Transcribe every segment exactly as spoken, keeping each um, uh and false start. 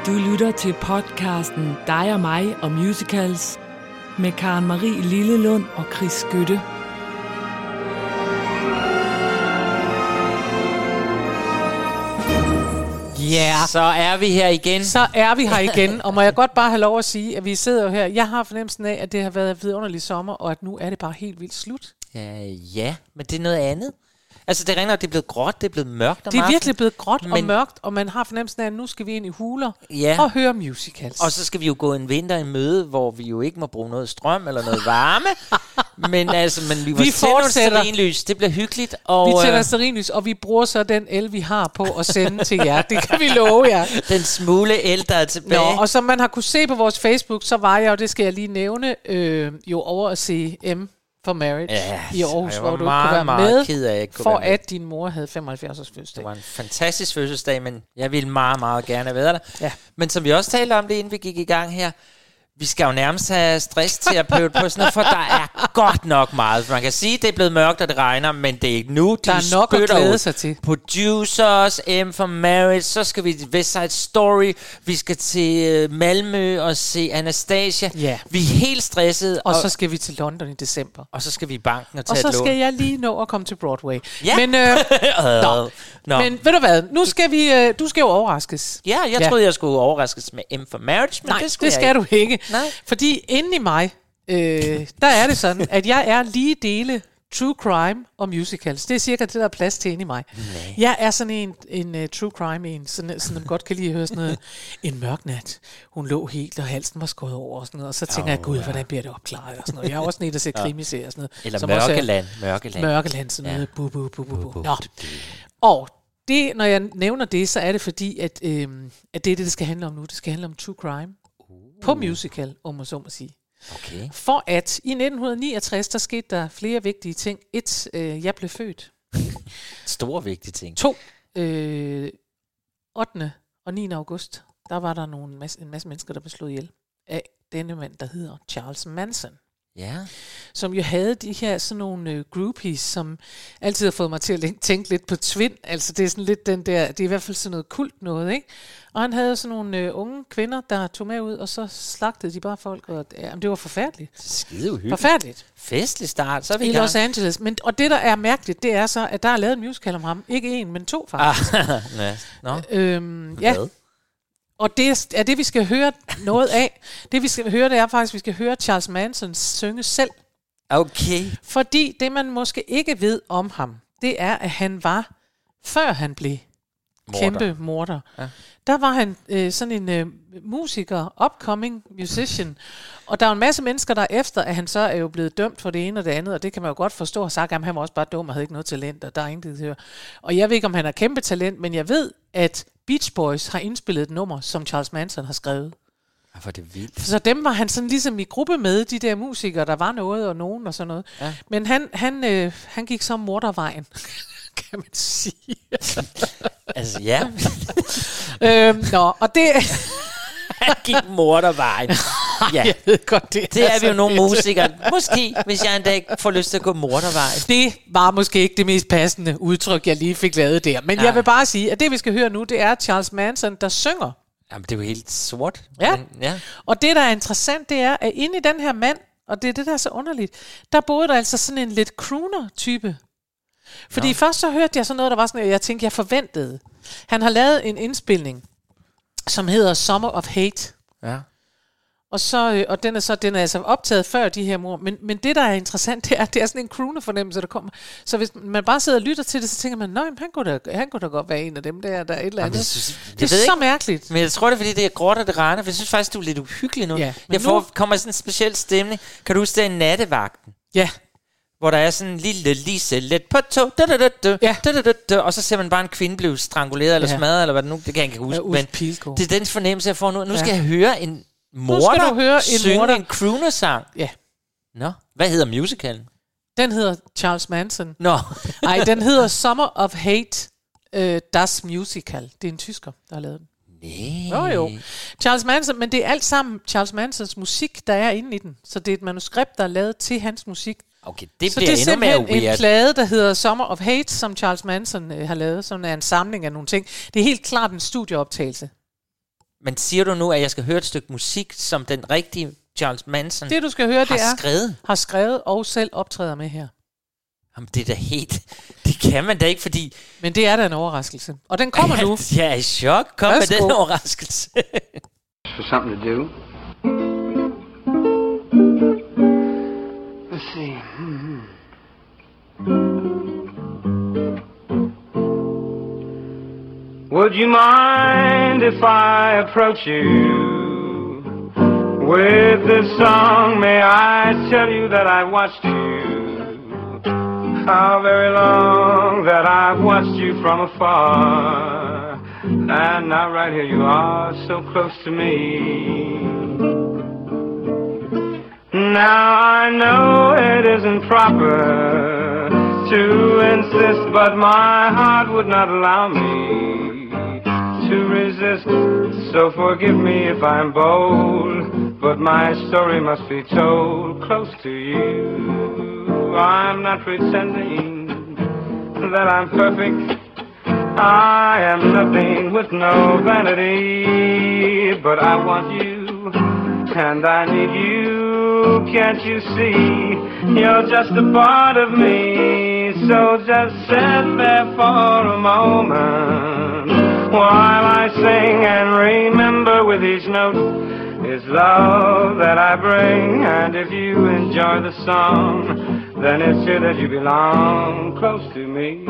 Du lytter til podcasten Dig og mig og musicals med Karen Marie Lillelund og Chris Skytte. Ja, yeah. Så er vi her igen. Så er vi her igen, og må jeg godt bare have lov at sige, at vi sidder jo her. Jeg har fornemmelsen af, at det har været en vidunderlig sommer, og at nu er det bare helt vildt slut. Ja, ja, men det er noget andet. Altså det regner, det er blevet gråt, det er blevet mørkt om Det er aftenen. virkelig blevet gråt men, og mørkt, og man har fornemmelsen af, at nu skal vi ind i huler ja. og høre musicals. Og så skal vi jo gå en vinter i møde, hvor vi jo ikke må bruge noget strøm eller noget varme. men altså, men vi, vi fortsætter. Stearinlys, det bliver hyggeligt. Og, vi tænder stearinlys, og vi bruger så den el, vi har på at sende til jer. Det kan vi love jer. Den smule el, der er tilbage. Nå, og som man har kunne se på vores Facebook, så var jeg, og det skal jeg lige nævne, øh, jo over at se M for Marriage ja, i Aarhus, hvor du meget, kunne være med, ked af, jeg kunne for være med. at din mor havde femoghalvfjerds års fødselsdag. Det var en fantastisk fødselsdag, men jeg ville meget, meget gerne have været der. Ja. Men som vi også talte om det, inden vi gik i gang her, vi skal jo nærmest have stressterapeut på sådan noget, for der er godt nok meget. Man kan sige, at det er blevet mørkt, og det regner, men det er ikke nu. De der er nok at glæde sig til. Producers, M for Marriage, så skal vi til West Side Story, vi skal til Malmø og se Anastasia. Ja. Vi er helt stressede. Og, og så skal vi til London i december. Og så skal vi i banken og tage og så et lån. skal jeg lige nå at komme til Broadway. Ja. Men, øh, nå. Nå. Men ved du hvad, nu skal vi, øh, du skal jo overraskes. Ja, jeg ja. troede, jeg skulle overraskes med M for Marriage, men Nej, det, skulle det skal jeg du ikke. Nej. Fordi inde i mig, øh, der er det sådan, at jeg er lige dele true crime og musicals. Det er cirka det, der er plads til inde i mig. Nej. Jeg er sådan en, en uh, true crime en, sådan, sådan man godt kan lide at høre sådan noget. En mørk nat, hun lå helt, og halsen var skåret over og sådan noget. Og så tænker oh, jeg, gud, ja. hvordan bliver det opklaret og sådan noget. Jeg er også sådan en, der ser krimiserier og sådan noget. Eller Mørkeland. Mørkeland. Mørkeland, sådan noget. Bu, bu, bu, bu, bu. Nå. Og det, når jeg nævner det, så er det fordi, at, øh, at det er det, det skal handle om nu. Det skal handle om true crime. Uh. På musical, om man så må sige. Okay. For at i nitten niogtres, der skete der flere vigtige ting. Et, øh, jeg blev født. Store vigtige ting. To, øh, ottende og niende august, der var der nogle masse, en masse mennesker, der blev slået ihjel af denne mand, der hedder Charles Manson. Ja. Som jo havde de her sådan nogle øh, groupies, som altid har fået mig til at tænke lidt på Twin. Altså det er sådan lidt den der, det er i hvert fald sådan noget kult noget, ikke? Og han havde sådan nogle øh, unge kvinder, der tog med ud, og så slagtede de bare folk, og ja, det var forfærdeligt. Skide uhyggeligt. Forfærdeligt. Festlig start, så er vi i Los Angeles. Men, og det, der er mærkeligt, det er så, at der er lavet en musical om ham. Ikke en, men to faktisk. Ah, ja. No. øhm, ja. Og det er det, vi skal høre noget af. Det, vi skal høre, det er faktisk, at vi skal høre Charles Manson synge selv. Okay. Fordi det, man måske ikke ved om ham, det er, at han var, før han blev morder. kæmpe morder, ja. der var han øh, sådan en øh, musiker, upcoming musician. Og der er en masse mennesker, der efter, at han så er jo blevet dømt for det ene og det andet, og det kan man jo godt forstå, og sagt, at han var også bare dum og havde ikke noget talent, og der er intet til at høre. Og jeg ved ikke, om han har kæmpe talent, men jeg ved, at Beach Boys har indspillet et nummer, som Charles Manson har skrevet. Ja, for det er vildt. Så dem var han sådan ligesom i gruppe med, de der musikere, der var noget og nogen og sådan noget. Ja. Men han, han, øh, han gik så mordervejen, kan man sige. Altså, ja. øhm, nå, og det... Han gik mordervejen. Ja. Jeg ved godt, det, det er vi jo nogle musikere. Måske, hvis jeg en dag får lyst til at gå mordervejen. Det var måske ikke det mest passende udtryk, jeg lige fik lavet der. Men ja. jeg vil bare sige, at det vi skal høre nu, det er Charles Manson, der synger. Jamen, det er jo helt sort. Ja. Men, ja. Og det, der er interessant, det er, at inde i den her mand, og det er det, der er så underligt, der boede der altså sådan en lidt crooner-type. Fordi Nå. først så hørte jeg sådan noget, der var sådan, at jeg tænkte, jeg forventede. Han har lavet en indspilning, som hedder Summer of Hate. Ja. Og, så, og den er så den er altså optaget før de her mord. Men, men det, der er interessant, det er, det er sådan en crooner-fornemmelse, der kommer. Så hvis man bare sidder og lytter til det, så tænker man, nej, han kunne da, han kunne da godt være en af dem der, der er et eller andet. Jamen, synes, det er så ikke, mærkeligt. Men jeg tror det er, fordi det er gråt og det regner, for jeg synes faktisk, du er lidt uhyggelig nu. Ja, jeg får, nu kommer sådan en speciel stemning. Kan du huske det i Nattevagten? Ja. Hvor der er sådan en lille Lise let på to, da, da, da, da, ja. da, da, da, da, og så ser man bare en kvinde blive stranguleret eller ja. smadret, eller hvad det nu, det kan jeg ikke huske. Men Pilko. Det er den fornemmelse, jeg får nu. Nu skal ja. jeg høre en morder høre en synge morder. en crooner-sang. Ja. Nå, hvad hedder musicalen? Den hedder Charles Manson. Nå. Nej, den hedder Summer of Hate, uh, Das Musical. Det er en tysker, der har lavet den. Nej. Jo, jo. Charles Manson, men det er alt sammen Charles Mansons musik, der er inde i den. Så det er et manuskript, der er lavet til hans musik. Okay, det så bliver det er endnu mere weird. en plade, der hedder Summer of Hate, som Charles Manson øh, har lavet, som er en samling af nogle ting. Det er helt klart en studieoptagelse. Men siger du nu, at jeg skal høre et stykke musik, som den rigtige Charles Manson det, du skal høre, har det er, skrevet? Har skrevet og selv optræder med her. Jamen, det er da helt... Det kan man da ikke, fordi... Men det er da en overraskelse. Og den kommer nu. Jeg er i chok. Kom Værsgo. med den overraskelse. For something to do. Let's see. Mm-hmm. Would you mind if I approach you with this song? May I tell you that I watched you, how very long that I've watched you from afar, and now right here you are, so close to me. Now I know it isn't proper to insist, but my heart would not allow me to resist. So forgive me if I'm bold, but my story must be told close to you. I'm not pretending that I'm perfect. I am nothing with no vanity, but I want you and I need you. Can't you see? You're just a part of me. So just sit there for a moment while I sing, and remember with each note is love that I bring. And if you enjoy the song, then it's here that you belong, close to me.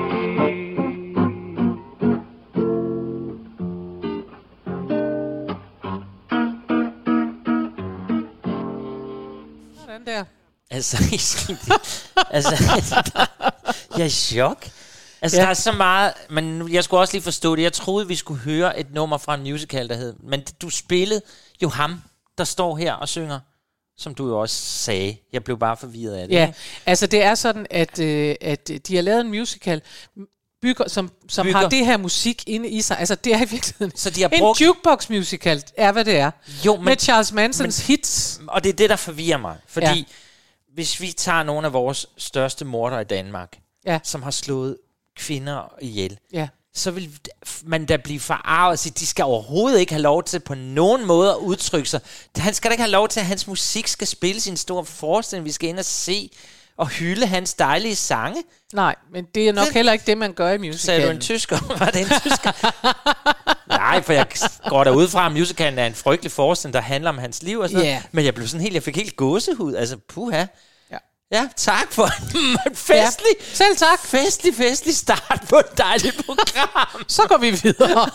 Der. Altså, altså jeg er i chok. Altså, ja. Der er så meget... Men jeg skulle også lige forstå det. Jeg troede, vi skulle høre et nummer fra en musical, der hed... Men du spillede jo ham, der står her og synger, som du jo også sagde. Jeg blev bare forvirret af det. Ja, altså det er sådan, at, øh, at de har lavet en musical, bygger, som, som bygger. har det her musik inde i sig. Altså det er i virkeligheden så de har en brugt... jukebox musical, er hvad det er. Jo, men, med Charles Mansons men, hits. Og det er det, der forvirrer mig. Fordi ja. hvis vi tager nogle af vores største mordere i Danmark, ja. som har slået kvinder ihjel, ja. så vil man da blive forarvet og sige, de skal overhovedet ikke have lov til på nogen måde at udtrykke sig. Han skal da ikke have lov til, at hans musik skal spille sin store forestilling. Vi skal ind og se og hylde hans dejlige sange. Nej, men det er nok det, heller ikke det, man gør i musicalen. Sagde du en tysker? Var det en tysker? Nej, for jeg går derud fra, at musicalen er en frygtelig forestilling, der handler om hans liv og sådan yeah. noget. Men jeg blev sådan helt, jeg fik helt gåsehud. Altså, puha. Ja, ja tak for en festlig, ja. Selv tak. Festlig, festlig start på et dejligt program. Så går vi videre.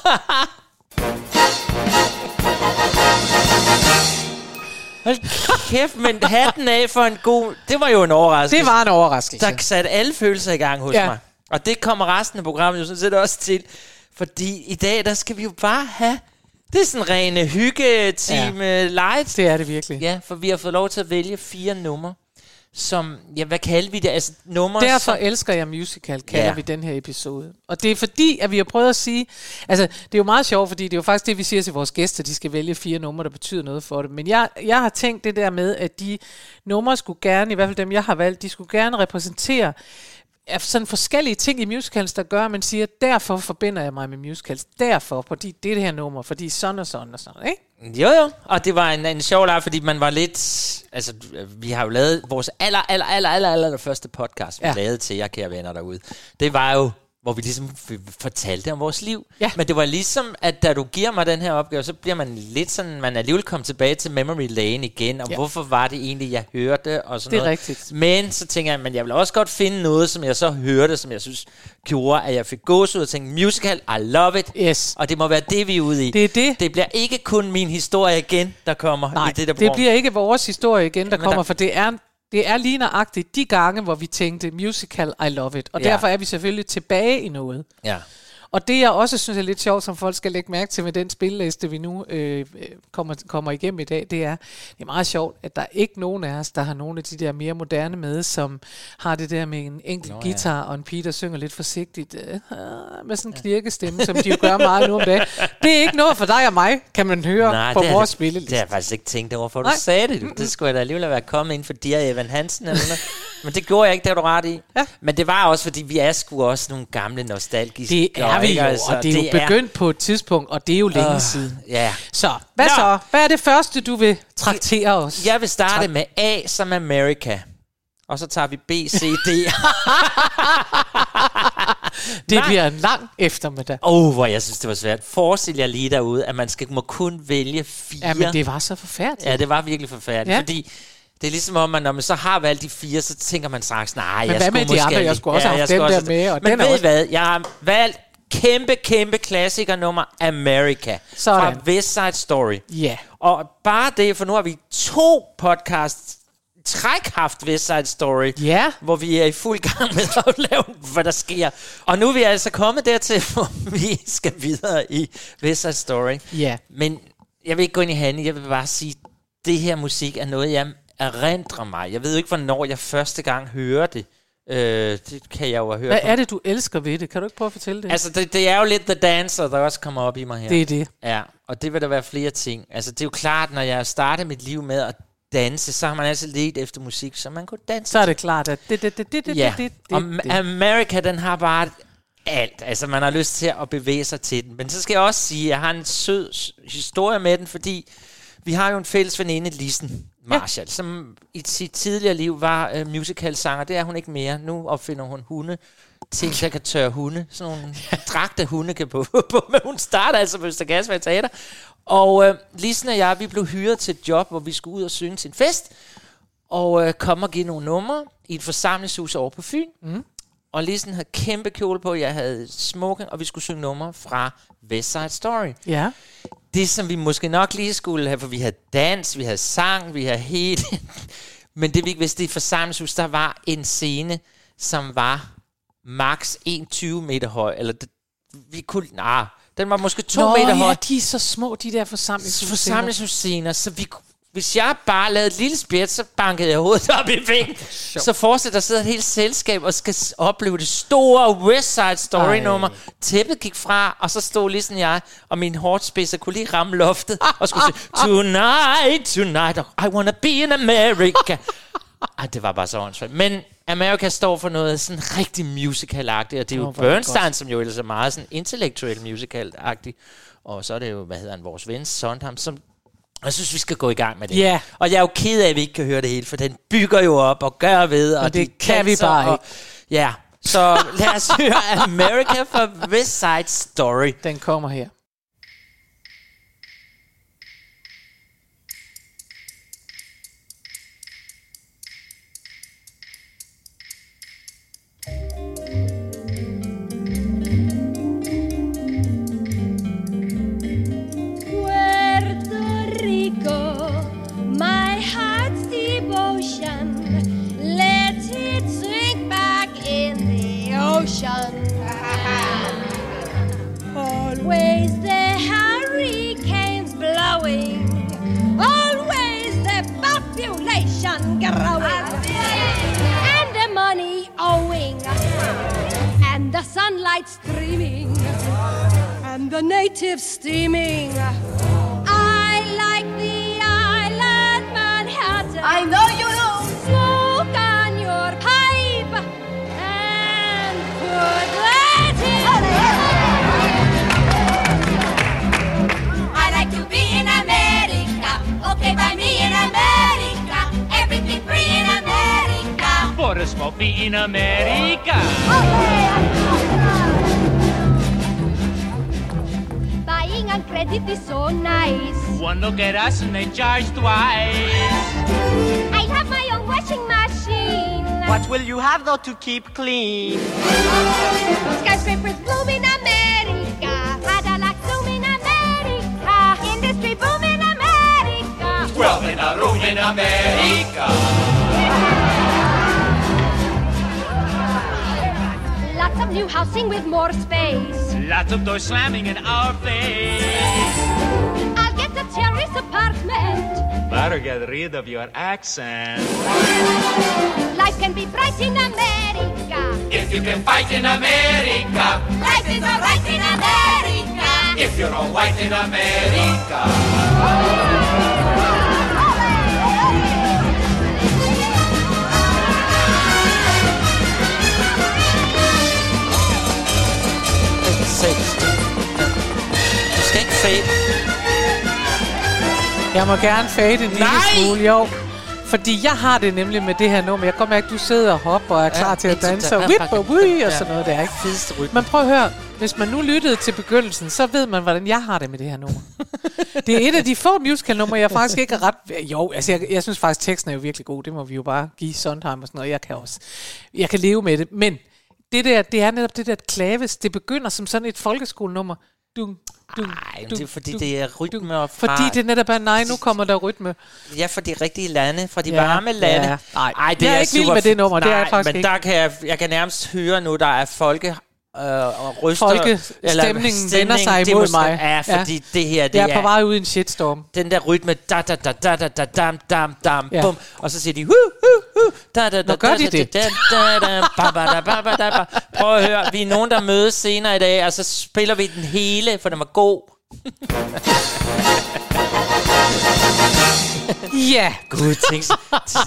Hold kæft, men hatten af for en god... Det var jo en overraskelse. Det var en overraskelse. Der satte alle følelser i gang hos ja. mig. Og det kommer resten af programmet jo sådan set også til. Fordi i dag, der skal vi jo bare have... Det er sådan en rene hygge-time ja. light. Det er det virkelig. Ja, for vi har fået lov til at vælge fire numre. Som, ja, hvad kalder vi det? Altså, numre, Derfor som... elsker jeg musical, kalder ja. vi den her episode. Og det er fordi, at vi har prøvet at sige... Altså, det er jo meget sjovt, fordi det er jo faktisk det, vi siger til vores gæster, de skal vælge fire numre, der betyder noget for dem. Men jeg, jeg har tænkt det der med, at de numre skulle gerne, i hvert fald dem, jeg har valgt, de skulle gerne repræsentere sådan forskellige ting i musicals, der gør, at man siger, derfor forbinder jeg mig med musicals. Derfor, fordi det er det her nummer, fordi sådan og sådan og sådan, ikke? Jo, jo. Og det var en, en sjov leg, fordi man var lidt... Altså, vi har jo lavet vores aller, aller, aller, aller, aller, aller første podcast, vi ja. lavede til jer, kære venner derude. Det var jo, hvor vi ligesom fortalte om vores liv. Ja. Men det var ligesom, at da du giver mig den her opgave, så bliver man lidt sådan, man er alligevel kommet tilbage til memory lane igen, og ja. hvorfor var det egentlig, jeg hørte, og sådan det er noget. Rigtigt. Men så tænker jeg, men jeg vil også godt finde noget, som jeg så hørte, som jeg synes gjorde, at jeg fik gåsehud og tænkte, musical, I love it. Yes. Og det må være det, vi er ude i. Det er det. Det bliver ikke kun min historie igen, der kommer Nej, i det der det bliver ikke vores historie igen, der men kommer, der... for det er... Det er lige nøjagtigt de gange, hvor vi tænkte, musical, I love it. Og ja. derfor er vi selvfølgelig tilbage i noget. Ja. Og det jeg også synes er lidt sjovt, som folk skal lægge mærke til med den spilleliste, vi nu øh, kommer, kommer igennem i dag, det er, det er meget sjovt, at der er ikke nogen af os, der har nogle af de der mere moderne med, som har det der med en enkelt Nå, guitar ja. og en pige, der synger lidt forsigtigt, øh, med sådan en knirkestemme, som de jo gør meget nu om dagen. Det er ikke noget for dig og mig, kan man høre Nej, på vores spilleliste. Det har jeg faktisk ikke tænkt over, for du sagde det. Det skulle jeg da alligevel have været kommet ind for Dia Evan Hansen eller noget. Men det gjorde jeg ikke, det var du ret i. Ja. Men det var også, fordi vi er sgu også nogle gamle nostalgiske. Det er vi ikke? jo, Altså, og det er jo det begyndt er... på et tidspunkt, og det er jo længe uh, siden. Ja. Så, hvad Nå. så? Hvad er det første, du vil traktere os? Jeg vil starte med A som America. Og så tager vi B, C, D. Det Nej. bliver en lang eftermiddag. Åh, oh, hvor jeg synes, det var svært. Forestil jer lige derude, at man skal, må kun vælge fire. Ja, men det var så forfærdeligt. Ja, det var virkelig forfærdeligt. Ja. Fordi det er ligesom om, man, når man så har valgt de fire, så tænker man straks, nej, jeg skulle måske... Men jeg skulle også ja, have den der med. Og men den ved I også... hvad? Jeg har valgt kæmpe, kæmpe klassikernummer America. Sådan. Fra West Side Story. Ja. Yeah. Og bare det, for nu har vi to podcasts træk haft West Side Story, yeah. hvor vi er i fuld gang med at lave, hvad der sker. Og nu er vi altså kommet dertil, hvor vi skal videre i West Side Story. Yeah. Men jeg vil ikke gå ind i handen, jeg vil bare sige, at det her musik er noget, jeg erindrer mig. Jeg ved ikke, hvornår jeg første gang hører det. Øh, det kan jeg jo have hørt. Hvad på. er det, du elsker ved det? Kan du ikke prøve at fortælle det? Altså, det, det er jo lidt The Dancer, der også kommer op i mig her. Det er det. Ja, og det vil der være flere ting. Altså, det er jo klart, når jeg startede mit liv med at danse, så har man altid let efter musik, så man kunne danse. Så er det klart, at det, det, det, det, det, ja. det, det, og det. America, den har bare alt. Altså, man har lyst til at bevæge sig til den. Men så skal jeg også sige, at jeg har en sød historie med den, fordi vi har jo en fælles veninde, Lisen Marshall, ja. som i sit tidligere liv var uh, musicalsanger. Det er hun ikke mere. Nu opfinder hun hunde. Ting, der kan tørre hunde. Sådan nogle dragte hunde kan på. Men hun starter altså på Østergasvej Teater. Og uh, Lisen og jeg, vi blev hyret til et job, hvor vi skulle ud og synge til en fest. Og uh, komme og give nogle numre i et forsamlingshus over på Fyn. Mm. Og Lisen havde kæmpe kjole på. Jeg havde smoking, og vi skulle synge numre fra West Side Story. Ja. Det, som vi måske nok lige skulle have, for vi havde dans, vi havde sang, vi havde hele... Men det vi ikke vidste, det i forsamlingshus, der var en scene, som var max enogtyve meter høj. Eller det, vi kunne... Nej, den var måske to Nå, meter høj. ja, de er så små, de der forsamlingshus. Forsamlingshus-scener, så vi hvis jeg bare lavede et lille spjæt, så bankede jeg hovedet op i væggen. Så forestil, der sidder et helt selskab og skal opleve det store West Side Story-nummer. Tæppet gik fra, og så stod ligesom jeg, og min hårdspidser kunne lige ramme loftet, og skulle sige, tonight, tonight, I wanna be in America. Ej, det var bare så åndssvagt. Men America står for noget sådan rigtig musical-agtigt, og det er jo oh, Bernstein, som jo ellers er meget sådan intellektuel musical-agtigt. Og så er det jo, hvad hedder han, vores ven Sondheim, som jeg synes, vi skal gå i gang med det. Yeah. Og jeg er jo ked af, at vi ikke kan høre det hele, for den bygger jo op og gør ved. Og, og det de kan vi bare og, ja, så lad os høre America fra West Side Story. Den kommer her. Always the hurricanes blowing, always the population growing, and the money owing, and the sunlight streaming, and the natives steaming. I like the island Manhattan. I know you do. Smoke on your pipe and put that in. I like to be in America. Okay, by me in America. Everything free in America. For a smoke be in America. Buying on credit is so nice. One look at us and they charge twice. I have my own washing machine. What will you have though to keep clean? Skyscrapers bloom in America. Cadillac zoom in America. Industry boom in America. Twelve in a room in America. Lots of new housing with more space. Lots of doors slamming in our face. I'll get a terrace apartment. Better get rid of your accent. Life can be bright in America. If you can fight in America. Life is alright in America. If you're all white in America. Se fade. Jeg må gerne fade en lille Nej! smule, jo. Fordi jeg har det nemlig med det her nummer. Jeg kan godt mærke, at du sidder og hopper og er klar ja, til at danse. Og whip og wui og sådan noget der, ikke? Fedeste rytme. Men prøv at høre. Hvis man nu lyttede til begyndelsen, så ved man, hvordan jeg har det med det her nummer. Det er et af de få musical-numre, jeg faktisk ikke er ret... Jo, altså jeg, jeg synes faktisk, teksten er jo virkelig god. Det må vi jo bare give Sondheim og sådan noget. Jeg kan også... Jeg kan leve med det. Men det der, det er netop det der klaves. Det begynder som sådan et folkeskolenummer. Dun, dun, Nej, dun, det er fordi, dun, det er rytme og fra... Fordi det netop er, nej, nu kommer der rytme. Ja, fra de rigtige lande, fra de Ja, varme lande. ja. Nej, Ej, det jeg er er ikke vild super med det nummer, nej, det er jeg faktisk men ikke. der kan jeg, jeg kan nærmest høre nu, der er folke... Øh, og ryster, Folkestemningen vender sig imod mig. Ja, fordi ja. det her, det jeg er er... på vej ud i en shitstorm. Den der rytme, da da da da da da dam dam dam Ja. bum, og så siger de hu hu hu, da da da gør da de da det? da da da ba ba da ba ba da ba. Prøv at høre, vi er nogen, der mødes senere i dag, og så spiller vi den hele, for den var god. Ja. Gud, tænk så.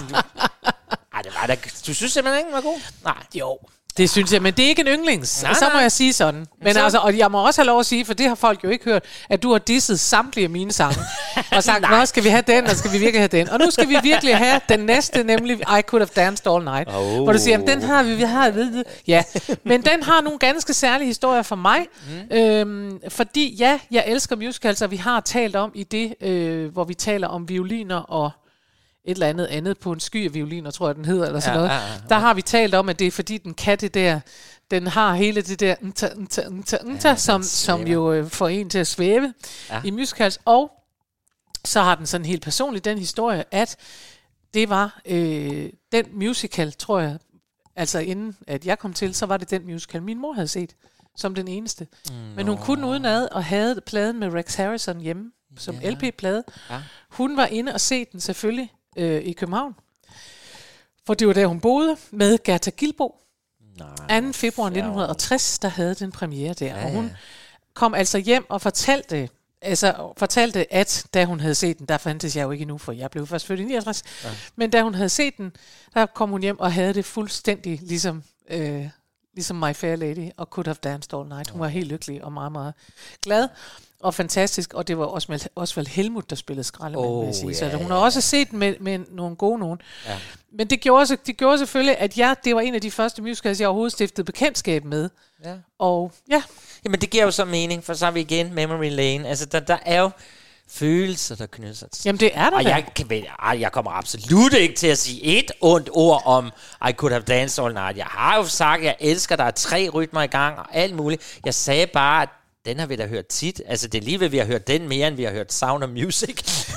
Ej, det var da... Du synes simpelthen ikke, den var god? Nej. Jo. Det synes jeg, men det er ikke en yndlings. Nej, så må nej. jeg sige sådan. Men Så- altså, og jeg må også have lov at sige, for det har folk jo ikke hørt, at du har disset samtlige af mine sange. Og sagt, nå, skal vi have den, og skal vi virkelig have den. Og nu skal vi virkelig have den næste, nemlig I Could Have Danced All Night. Oh. Hvor du siger, jamen, den har vi, vi har ved ja. Men den har nogle ganske særlige historier for mig. Mm. Øhm, fordi ja, jeg elsker musicals, og vi har talt om i det, øh, hvor vi taler om violiner og et eller andet andet på en sky af violiner, tror jeg, den hedder, eller sådan Ja, noget. ja, ja. Der har vi talt om, at det er fordi, den kan det der, den har hele det der, nta, nta, nta, nta, Ja, som, den som svæver. jo øh, får en til at svæve Ja. i musicals. Og så har den sådan helt personligt den historie, at det var øh, den musical, tror jeg, altså inden at jeg kom til, så var det den musical, min mor havde set, som den eneste. Mm, Men hun kunne udenad og havde pladen med Rex Harrison hjemme, som Ja. L P-plade. Ja. Hun var inde og se den selvfølgelig øh, i København. For det var der, hun boede med Gerta Gilbo. Nej. anden februar nitten tres, der havde den premiere der. Ja, Og hun ja. kom altså hjem og fortalte, altså fortalte, at da hun havde set den, der fandtes jeg jo ikke endnu, for jeg blev først født i niogtres, ja. Men da hun havde set den, der kom hun hjem og havde det fuldstændig ligesom, øh, ligesom My Fair Lady og Could Have Danced All Night. Hun var helt lykkelig og meget, meget glad. Og fantastisk, og det var Osvald, Osvald Helmuth, der spillede skraldemand, Oh, vil jeg sige. Så ja, hun ja, har også set med, med nogle gode nogen. Ja. Men det gjorde, så, det gjorde selvfølgelig, at jeg, det var en af de første musicals, jeg overhovedet stiftede bekendtskab med. Ja. Og ja, Jamen, det giver jo så mening, for så er vi igen Memory Lane. Altså, der, der er jo følelser, der knytter sig til. jamen det er der Og da. jeg, kan, vel- ej, jeg kommer absolut ikke til at sige et ondt ord om I Could Have Danced All Night. Jeg har jo sagt, at jeg elsker, der er tre rytmer i gang og alt muligt. Jeg sagde bare, at den har vi da hørt tit. Altså, det er lige ved, vi har hørt den mere, end vi har hørt Sound of Music.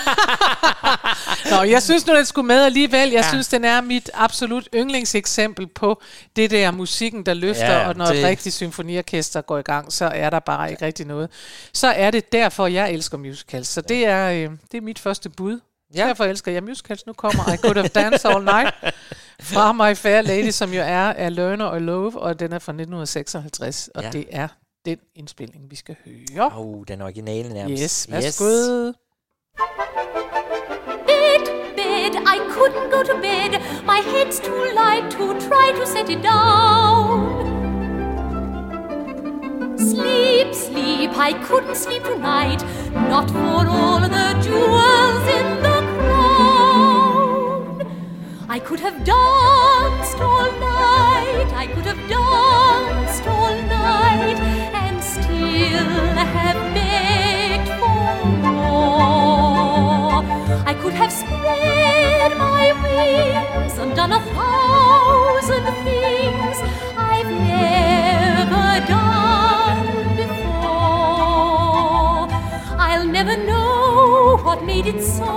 Nå, jeg synes nu, den skulle med alligevel. Jeg Ja. ja. synes, den er mit absolut yndlingseksempel på det der musikken, der løfter, Ja, ja, og når det- et rigtigt symfoniorkester går i gang, så er der bare ikke rigtig noget. Så er det derfor, jeg elsker musicals. Så det er, øh, det er mit første bud. Ja. Ja. Derfor elsker jeg musicals. Nu kommer I Could Have Danced All Night fra My Fair Lady, som jo er af Lerner og Lowe, og den er fra nitten seksoghalvtreds, og Ja. det er den indspilning, vi skal høre. Åh, oh, den originale nærmest. Yes, værsgo. Bed, bed, I couldn't go to bed. My head's too light to try to set it down. Sleep, sleep, I couldn't sleep tonight. Not for all the jewels in the crown. I could have danced all night. I could have danced all night and still have begged for more. I could have spread my wings and done a thousand things I've never done before. I'll never know what made it so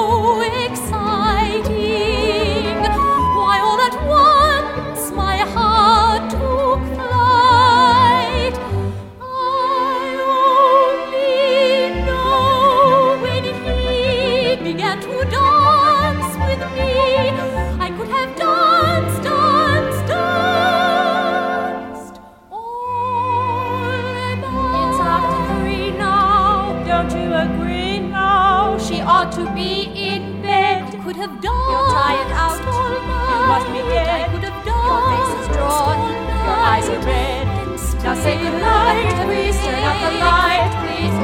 exciting. Why all at once my heart took flight. I only know when he began to dance with me, I could have danced, danced, danced all night. It's after three now, don't you agree now? She ought to be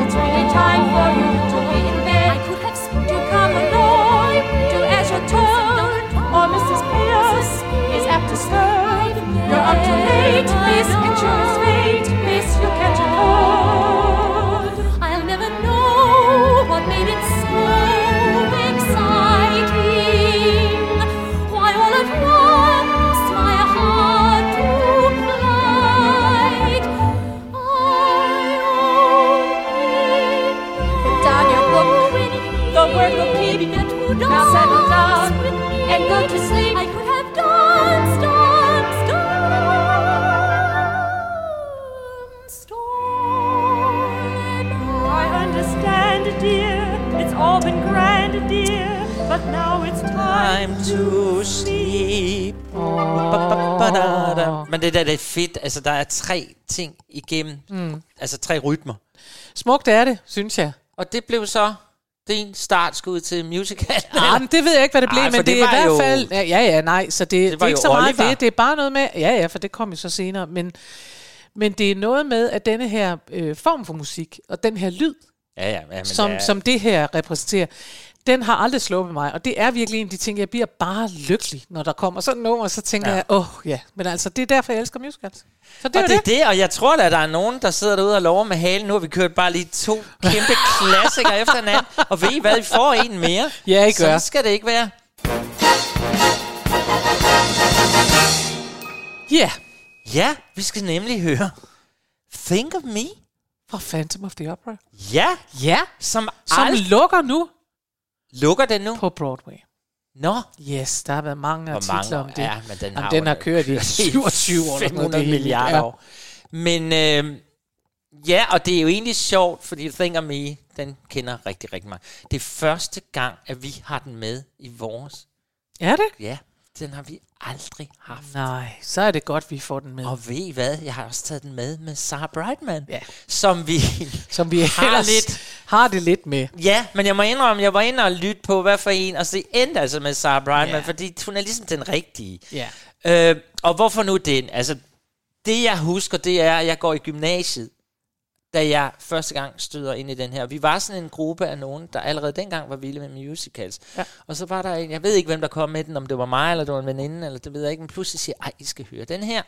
it's really time for you to be in bed. I could have to come along to as your turn, or Missus Pierce is apt to serve. You're up too late, Miss, it's your fate, Miss, you catch a cold. I'll never know what made it so exciting. Why all at once my heart took flight. I only put down your book, the word will keep. Now settle down and go to sleep. I could have danced, danced, danced on. I understand, dear, it's all been grand, dear, but now it's time, Time to sleep. Åh. Men det der, det er fedt. Altså, der er tre ting igennem. Mm. Altså, tre rytmer. Smukt er det, synes jeg. Og det blev så din startskud til musical. Ja, men det ved jeg ikke, hvad det blev, Ej, men for det, det er i var hvert jo- fald... Ja, ja, ja, nej, så det, det, det var er ikke jo så meget Oliver. det. Det er bare noget med... Ja, ja, for det kom jo så senere. Men, men det er noget med, at denne her øh, form for musik, og den her lyd, Ja, ja, ja, men som, ja. som det her repræsenterer, den har aldrig sluppet mig. Og det er virkelig en af de ting, jeg bliver bare lykkelig, når der kommer sådan noget, og så tænker Ja. jeg, åh oh, ja, men altså, det er derfor, jeg elsker musicals. Så det Og er det jo er det, og jeg tror da, at der er nogen, der sidder derude og lover med halen. Nu har vi kørt bare lige to kæmpe klassikere efter hinanden. Og ved I hvad, vi får en mere. Ja, I gør. Sådan skal det ikke være. Ja, yeah. Ja, vi skal nemlig høre Think of Me. fra Phantom of the Opera. Ja, Ja, som, som ald- lukker nu lukker den nu. på Broadway. Nå, Yes, der har været mange hvor artikler mange om det. Ja, men den Jamen, har, den jo har kørt i syvogtyve år. eller sådan fem noget, hundrede det hele. milliarder Ja. år. Men øh, ja, og det er jo egentlig sjovt, fordi Think of Me, den kender rigtig, rigtig meget. Det er første gang, at vi har den med i vores. Er det? Ja, den har vi aldrig haft. Nej, så er det godt, vi får den med. Og ved I hvad? Jeg har også taget den med med Sarah Brightman. Ja. Som vi... Som vi har ellers lidt- har det lidt med. Ja, men jeg må indrømme, jeg var inde og lytte på, hvad for en, og så endte altså med Sarah Brightman, Ja. fordi hun er ligesom den rigtige. Ja. Øh, og hvorfor nu den? Altså, det jeg husker, det er, at jeg går i gymnasiet, da jeg første gang støder ind i den her. Vi var sådan en gruppe af nogen, der allerede dengang var vilde med musicals. Ja. Og så var der en, jeg ved ikke, hvem der kom med den, om det var mig, eller det var en veninde, eller det ved jeg ikke, men pludselig siger, ej, I skal høre den her.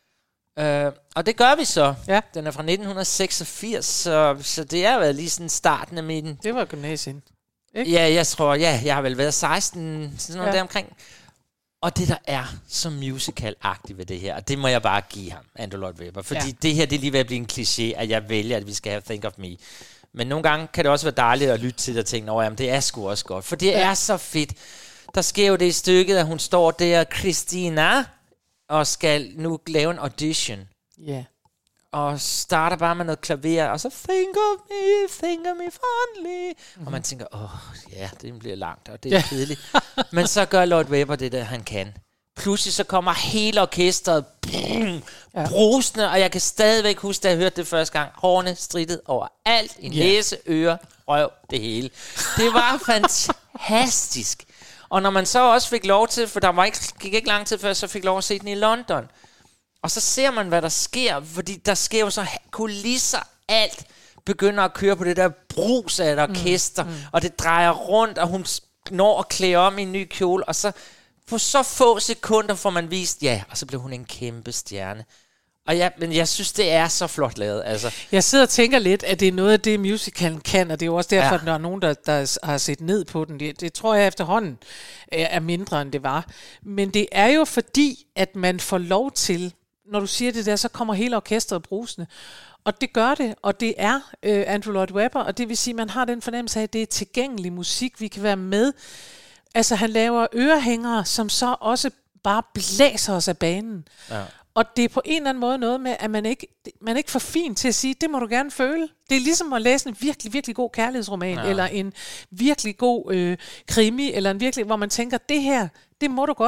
Øh, og det gør vi så. Ja. Den er fra nitten seksogfirs, så, så det er været lige sådan starten af midten. Det var gymnasien. Ikke? Ja, jeg tror, ja, jeg har vel været seksten, sådan noget Ja. ja. deromkring. Og det, der er så musical-agtigt ved det her, og det må jeg bare give ham, Andrew Lloyd Webber, fordi Ja. ja. det her, det er lige ved at blive en kliché, at jeg vælger, at vi skal have Think of Me. Men nogle gange kan det også være dejligt at lytte til det og tænke, åh, jamen, det er sgu også godt, for det Ja. er så fedt. Der sker jo det i stykket, at hun står der, Christina, og skal nu lave en audition. Ja. Og starter bare med noget klaver, og så think of me, think of me fondly. Mm-hmm. Og man tænker, åh, ja, det bliver langt, og det er Ja. kedeligt. Men så gør Lloyd Webber det, der han kan. Pludselig så kommer hele orkestret brrr, Ja. brusende, og jeg kan stadigvæk huske, da jeg hørte det første gang, hårene strittet over alt, en Ja. næse, øre, røv, det hele. Det var fantastisk. Og når man så også fik lov til, for der var ikke, gik ikke lang tid før, så fik lov at se den i London. Og så ser man, hvad der sker, fordi der sker jo så kulisser, alt begynder at køre på det der brus af et orkester, mm, mm. og det drejer rundt, og hun når at klæde om i en ny kjole, og så på så få sekunder får man vist, ja, og så blev hun en kæmpe stjerne. Og ja, men jeg synes, det er så flot lavet, altså. Jeg sidder og tænker lidt, at det er noget af det, musicalen kan, og det er jo også derfor, Ja. at der er nogen, der, der har set ned på den. Det, det tror jeg efterhånden er, er mindre, end det var. Men det er jo fordi, at man får lov til, når du siger det der, så kommer hele orkestret brusende. Og det gør det, og det er øh, Andrew Lloyd Webber, og det vil sige, at man har den fornemmelse af, at det er tilgængelig musik, vi kan være med. Altså han laver ørehængere, som så også bare blæser os af banen. Ja. Og det er på en eller anden måde noget med, at man ikke, man er ikke for fin til at sige, det må du gerne føle. Det er ligesom at læse en virkelig, virkelig god kærlighedsroman, ja. eller en virkelig god øh, krimi, eller en virkelig, hvor man tænker, det her, det må du godt.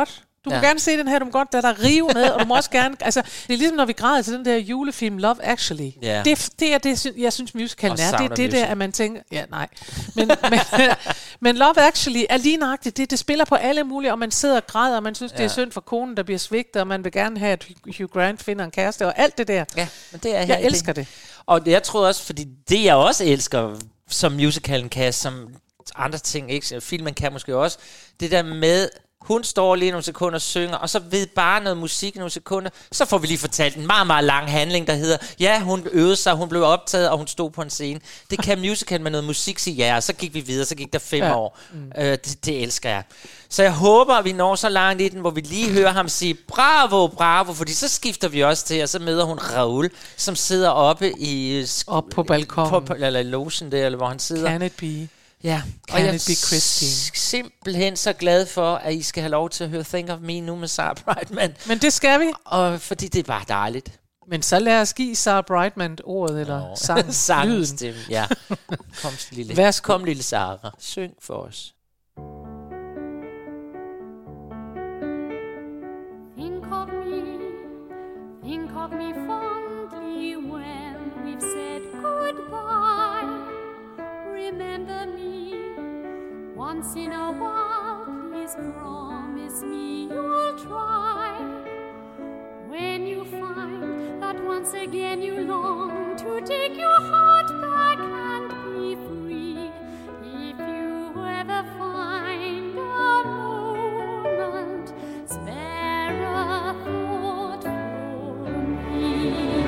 Du ja. må gerne se den her, du må godt lade dig rive med, og du må også gerne... Altså, det er ligesom, når vi græder til den der julefilm Love Actually. Ja. Det, det er det, jeg synes, musicalen er. Det er det der, at man tænker... Ja, nej. Men, men, men Love Actually er lige nøjagtigt. Det, det spiller på alle mulige, og man sidder og græder, og man synes, ja. det er synd for konen, der bliver svigtet, og man vil gerne have, at Hugh Grant finder en kæreste, og alt det der. Ja, men det er jeg elsker det. Og jeg tror også, fordi det jeg også elsker, som musicalen kan, som andre ting, ikke? Filmen kan måske også, det der med, hun står lige nogle sekunder og synger, og så ved bare noget musik i nogle sekunder, så får vi lige fortalt en meget, meget lang handling, der hedder, ja, hun øvede sig, hun blev optaget, og hun stod på en scene. Det kan musical med noget musik sige ja, og så gik vi videre, så gik der fem ja. år. Mm. Øh, det, det elsker jeg. Så jeg håber, at vi når så langt i den, hvor vi lige hører ham sige, bravo, bravo, fordi så skifter vi også til, og så møder hun Raoul, som sidder oppe i... Op på balkonen. På, eller i logen der, eller hvor han sidder. Can it be? Ja, Can og jeg it be Christine? er simpelthen så glad for, at I skal have lov til at høre Think of Me nu med Sarah Brightman. Men det skal vi. Og fordi det er bare dejligt. Men så lad os give Sarah Brightman ordet, eller oh. sang, Sangstemme, ja. Kom, lille. Kom, lille Sarah. Syng for os. Think of me, think of me fondly when we've said goodbye. Remember me once in a while, please promise me you'll try. When you find that once again you long to take your heart back and be free, if you ever find a moment, spare a thought for me.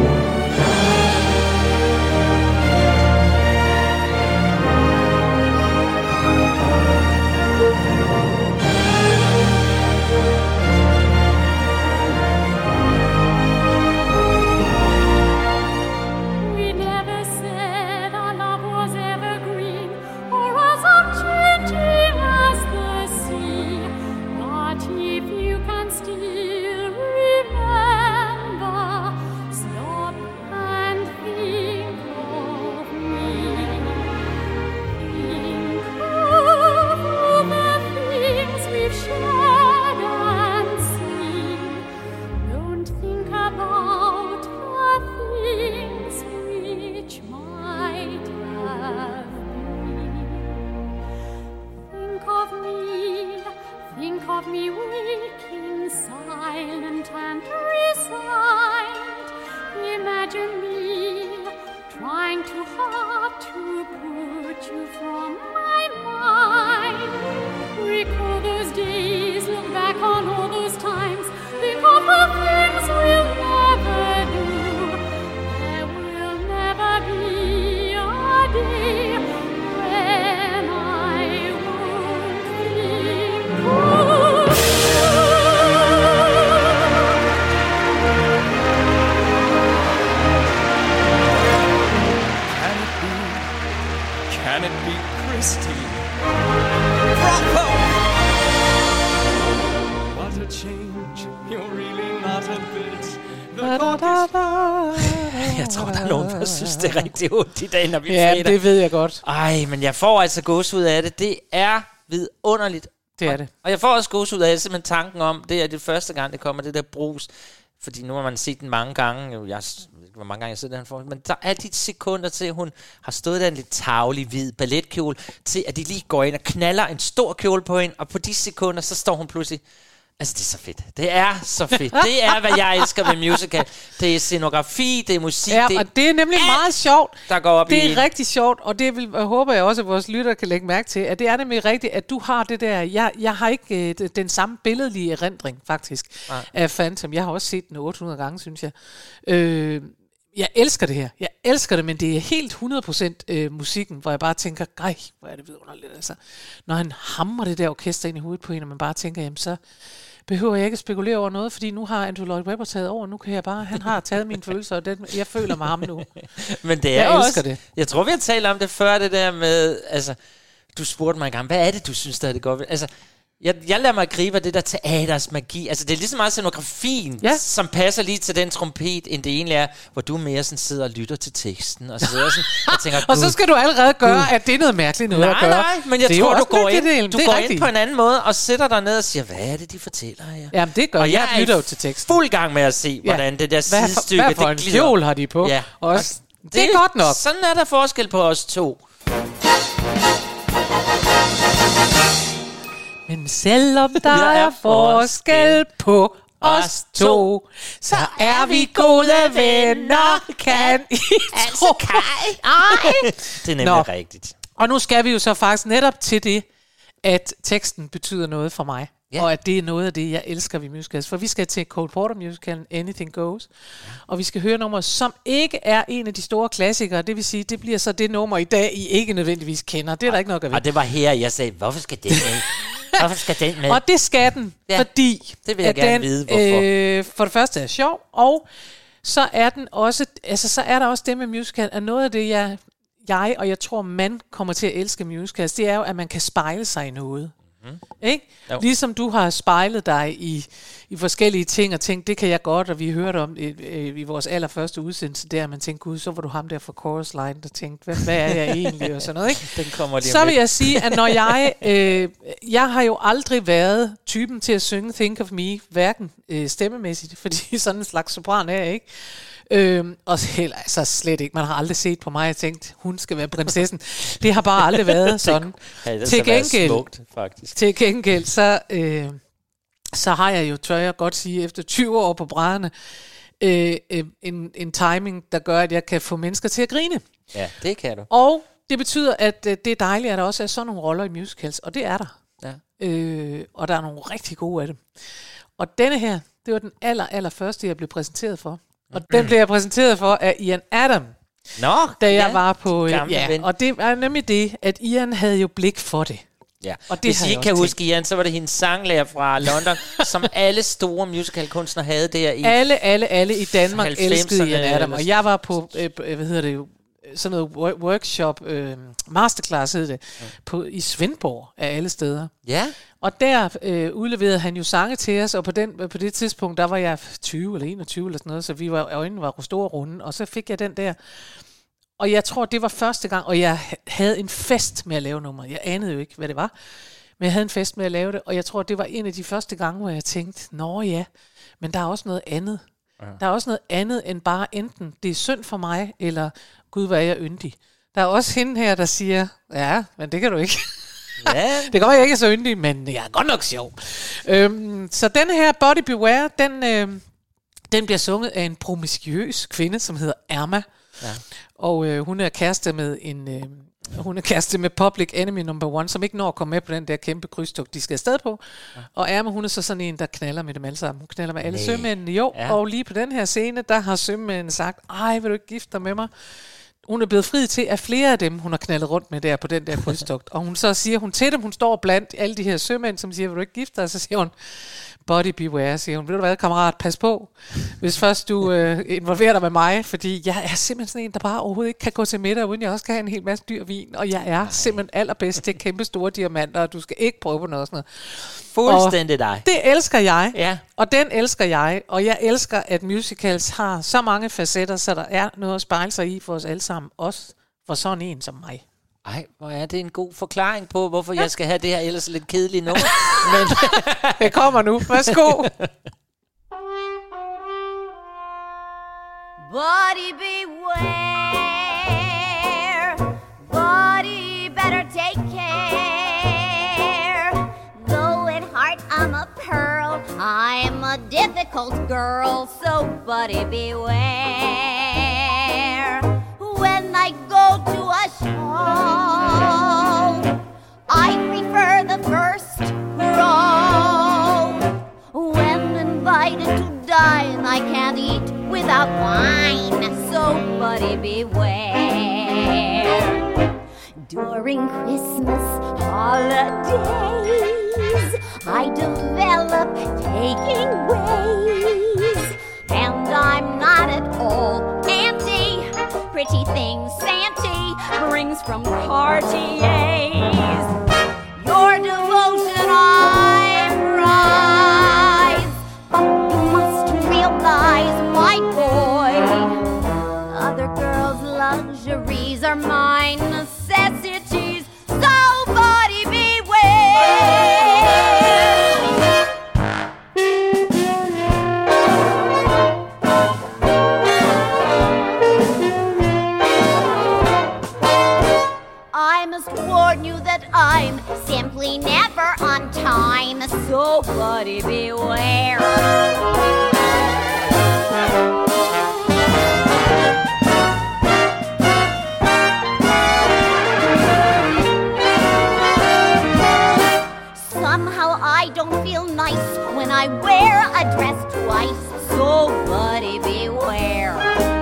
Jeg tror, der er nogen, der synes, det er rigtig ondt i dag, når vi ja, fredag. Det ved jeg godt. Ej, men jeg får altså gåsehud af det. Det er vidunderligt. Det er det. Og jeg får også gåsehud af det, simpelthen tanken om, det er det første gang, det kommer, det der brus. Fordi nu har man set den mange gange. Jeg ved ikke, hvor mange gange jeg sidder den for. Men der er de sekunder til, at hun har stået der en lidt tavlig, hvid balletkjole, til at de lige går ind og knaller en stor kjole på hende. Og på de sekunder, så står hun pludselig... Altså, det er så fedt. Det er så fedt. Det er, hvad jeg elsker ved musical. Det er scenografi, det er musik. Ja, det er og det er nemlig alt, meget sjovt. Der går op det i er rigtig sjovt, og det vil, jeg håber jeg også, at vores lytter kan lægge mærke til, at det er nemlig rigtigt, at du har det der... Jeg, jeg har ikke øh, den samme billedlige erindring, faktisk, Nej. af Phantom. Jeg har også set den otte hundrede gange, synes jeg. Øh, jeg elsker det her. Jeg elsker det, men det er helt hundrede procent øh, musikken, hvor jeg bare tænker, grej, hvor er det vidunderligt. Altså, når han hamrer det der orkester ind i hovedet på en, og man bare tænker, jamen så... behøver jeg ikke at spekulere over noget, fordi nu har Andrew Lloyd Webber taget over, nu kan jeg bare, han har taget mine følelser, og det, jeg føler mig ham nu. Men det er jeg også, elsker det. Jeg tror, vi har talt om det før, det der med, altså, du spurgte mig engang, hvad er det, du synes, der er det godt ved? Altså, Jeg, jeg lader mig gribe af det der teaters magi. Altså, det er ligesom meget scenografien, ja. som passer lige til den trompet, end det egentlig er, hvor du mere sådan sidder og lytter til teksten. Og så, sidder sådan, og, tænker, og så skal du allerede gøre, Gud. at det er noget mærkeligt noget nej, at gøre. Nej, men jeg det tror, du går, ind, du går ind ind på en anden måde, og sætter dig ned og siger, hvad er det, de fortæller her? Jamen, det gør og jeg. Jeg lytter jo til teksten. Fuld gang med at se, hvordan ja. det der sidestykke, hvad for en kjol har de på? Ja. Også. Det, det er godt nok. Sådan er der forskel på os to. Men selvom der er forskel på os to, så er vi gode venner, kan I altså, tro? Ej. Det er nemlig Nå. rigtigt. Og nu skal vi jo så faktisk netop til det, at teksten betyder noget for mig. Ja. Og at det er noget af det, jeg elsker ved musicals. For vi skal til Cole Porter musicalen Anything Goes. Ja. Og vi skal høre nummer, som ikke er en af de store klassikere. Det vil sige, det bliver så det nummer i dag, I ikke nødvendigvis kender. Det er der ikke nok at ved. Og det var her, jeg sagde, hvorfor skal det med? Hvorfor skal den med? Og det skal den, ja, fordi det vil jeg gerne den, vide, hvorfor. Øh, for det første er sjov, og så er den også, altså så er der også det med musical, at noget af det, jeg, jeg og jeg tror, man kommer til at elske musicals, det er jo, at man kan spejle sig i noget. Mm. Ikke? Ligesom du har spejlet dig i, i forskellige ting og tænkt, det kan jeg godt, og vi hørte om i, i vores allerførste udsendelse der, man tænkte, gud, så var du ham der fra Chorus Line, der tænkte, hvad, hvad er jeg egentlig, og sådan noget, ikke? Den kommer lige så vil jeg sige, at når jeg, øh, jeg har jo aldrig været typen til at synge Think of Me, hverken øh, stemmemæssigt, fordi sådan en slags sopran er jeg ikke, Øhm, og heller altså slet ikke. Man har aldrig set på mig og tænkt, hun skal være prinsessen. Det har bare aldrig været sådan. Hey, det til gengæld, smukt, faktisk. til gengæld så, øh, så har jeg jo, tør jeg godt sige, efter tyve år på brædderne, øh, øh, en, en timing, der gør, at jeg kan få mennesker til at grine. Ja, det kan du. Og det betyder, at øh, det er dejligt, at der også er sådan nogle roller i musicals, og det er der. Ja. Øh, og der er nogle rigtig gode af dem. Og denne her, det var den aller, aller første, jeg blev præsenteret for. Og den blev jeg præsenteret for af Ian Adam. Nå, da jeg ja, var på ja, ja, og det er nemlig det, at Ian havde jo blik for det. Ja. Og det hvis I ikke kan huske Ian, så var det hendes sanglærer fra London, som alle store musicalkunstnere havde der i alle alle alle i Danmark elskede Ian Adam, og jeg var på øh, hvad hedder det sådan noget workshop, øh, masterclass hed det, ja. på, i Svendborg af alle steder. Ja. Og der øh, udleverede han jo sange til os, og på, den, på det tidspunkt, der var jeg tyve eller enogtyve eller sådan noget, så vi var, øjnene var store runde, og så fik jeg den der. Og jeg tror, det var første gang, og jeg havde en fest med at lave nummer. Jeg anede jo ikke, hvad det var, men jeg havde en fest med at lave det, og jeg tror, det var en af de første gange, hvor jeg tænkte, nå ja, men der er også noget andet. Ja. Der er også noget andet end bare enten, det er synd for mig, eller Gud, hvor er jeg yndig. Der er også hende her, der siger, ja, men det kan du ikke. Ja. Det går jeg ikke så yndig, men jeg er godt nok sjov. Øhm, så denne her Body Beware, den, øh, den bliver sunget af en promiskuøs kvinde, som hedder Irma. Ja. Og øh, hun er kæreste med en øh, hun er kæreste med Public Enemy number one, som ikke når at komme med på den der kæmpe krydstogt, de skal afsted på. Ja. Og Irma, hun er så sådan en, der knaller med dem alle sammen. Hun knaller med alle nee. sømændene. Jo, ja. Og lige på den her scene, der har sømændene sagt, ej, vil du ikke gifte dig med mig? Hun er blevet fri til, at flere af dem, hun har knaldet rundt med der på den der krydstogt. Og hun så siger hun til dem, hun står blandt alle de her sømænd, som siger, vil du ikke gifte dig? Så siger hun, body beware, siger hun. Ved du hvad, kammerat, pas på, hvis først du øh, involverer dig med mig, fordi jeg er simpelthen sådan en, der bare overhovedet ikke kan gå til middag, uden jeg også kan have en hel masse dyr vin, og jeg er Nej. simpelthen allerbedst til kæmpe store diamanter, og du skal ikke prøve på noget og sådan noget. Fuldstændig dig. Det elsker jeg, ja. Og den elsker jeg, og jeg elsker, at musicals har så mange facetter, så der er noget at spejle sig i for os alle sammen, også for sådan en som mig. Ej, hvor er det en god forklaring på, hvorfor ja. jeg skal have det her ellers lidt kedelige nummer. Men det kommer nu. Værsgo. Body beware, body better take care. Though in heart I'm a pearl, I'm a difficult girl, so body beware. When I go to a show, I prefer the first row. When invited to dine, I can't eat without wine, so buddy beware. During Christmas holidays, I develop taking ways, and I'm not at all anti pretty things Santa brings from Cartier's. Your devotion I my boy. Other girls' luxuries are my necessities. Somebody beware. I must warn you that I'm simply never on time. So, buddy, beware. Somehow I don't feel nice when I wear a dress twice. So, buddy, beware.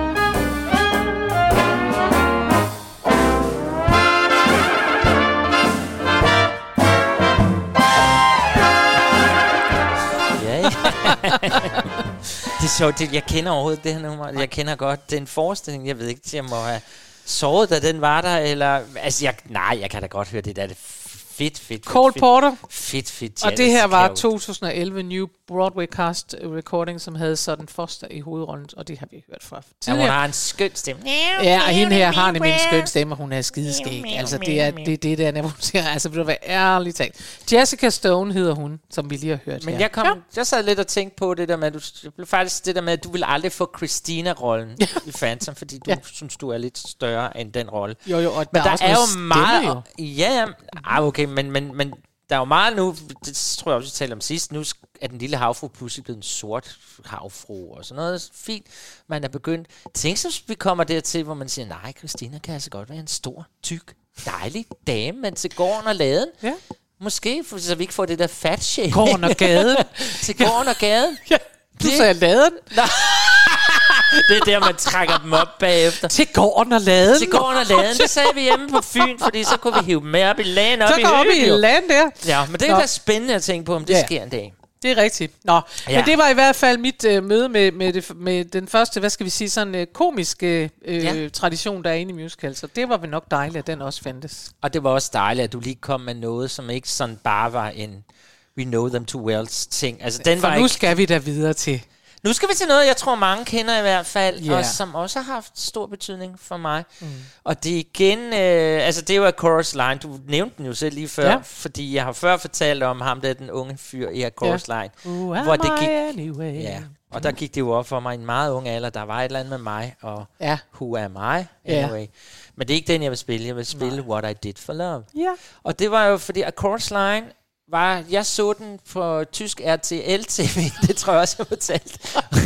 Det er sjovt, det, jeg kender overhovedet det her nummer. Jeg kender godt den forestilling. Jeg ved ikke, jeg må have sovet, da den var der, eller... Altså, jeg, nej, jeg kan da godt høre det der. Det fedt, fedt, Cole fedt, Porter. Fedt, fedt. Og det her var to tusind og elleve New Broadway Cast Recording, som havde Sutton Foster i hovedrollen, og det har vi hørt fra tidligere. Ja, hun har en skøn stemme. Ja, og hende her har nemlig en skøn stemme, og hun er skideskæg. Altså, det er det, det der, når hun siger, altså, vil du være ærligt talt. Jessica Stone hedder hun, som vi lige har hørt. Men her. jeg, kom, ja. jeg sad lidt og tænkte på det der med, at du, blev faktisk det der med, at du ville aldrig få Christina-rollen i Phantom, fordi du ja. synes, du er lidt større end den rolle. Jo, jo, og men der, der er jo meget... Jo. Ja, ja, ah, okay, men, men, men der er jo meget nu, det tror jeg også, vi talte om sidst, nu er den lille havfru pludselig blevet en sort havfru, og sådan noget fint, man er begyndt. Tænk så, vi kommer dertil, hvor man siger, nej, Christina kan altså godt være en stor, tyk, dejlig dame, men til gården og laden. Ja. Måske, for, så vi ikke får det der fat shame. Gården og gaden. til gården og gaden. Ja, du det. sagde laden. Det er der, man trækker dem op bagefter. Til gården og laden. Til gården og laden. Det sagde vi hjemme på Fyn, fordi så kunne vi hive dem med op i laden. Op så i går op i laden der. Ja, men det er da spændende at tænke på, om det ja. sker en dag. Det er rigtigt. Nå, ja. Men det var i hvert fald mit øh, møde med, med, det, med den første, hvad skal vi sige, sådan øh, komiske øh, ja. tradition, der er inde i musical. Så det var vel nok dejligt, at den også fandtes. Og det var også dejligt, at du lige kom med noget, som ikke sådan bare var en We Know Them Too Well's ting. Altså, den For var nu ikke... skal vi da videre til... Nu skal vi til noget, jeg tror mange kender i hvert fald, yeah. og som også har haft stor betydning for mig. Mm. Og det er igen, øh, altså det er jo A Chorus Line, du nævnte den jo selv lige før, ja. fordi jeg har før fortalt om ham, der den unge fyr i A Chorus ja. Line. Who hvor det gik, anyway? Ja, og der gik det jo op for mig i en meget ung alder, der var et eller andet med mig, og ja. Who Am I? Anyway. Ja. Men det er ikke den, jeg vil spille, jeg vil spille Nej. What I Did For Love. Ja. Og det var jo, fordi A Chorus Line, var, jeg så den på tysk R T L-T V, det tror jeg også, jeg fortalte.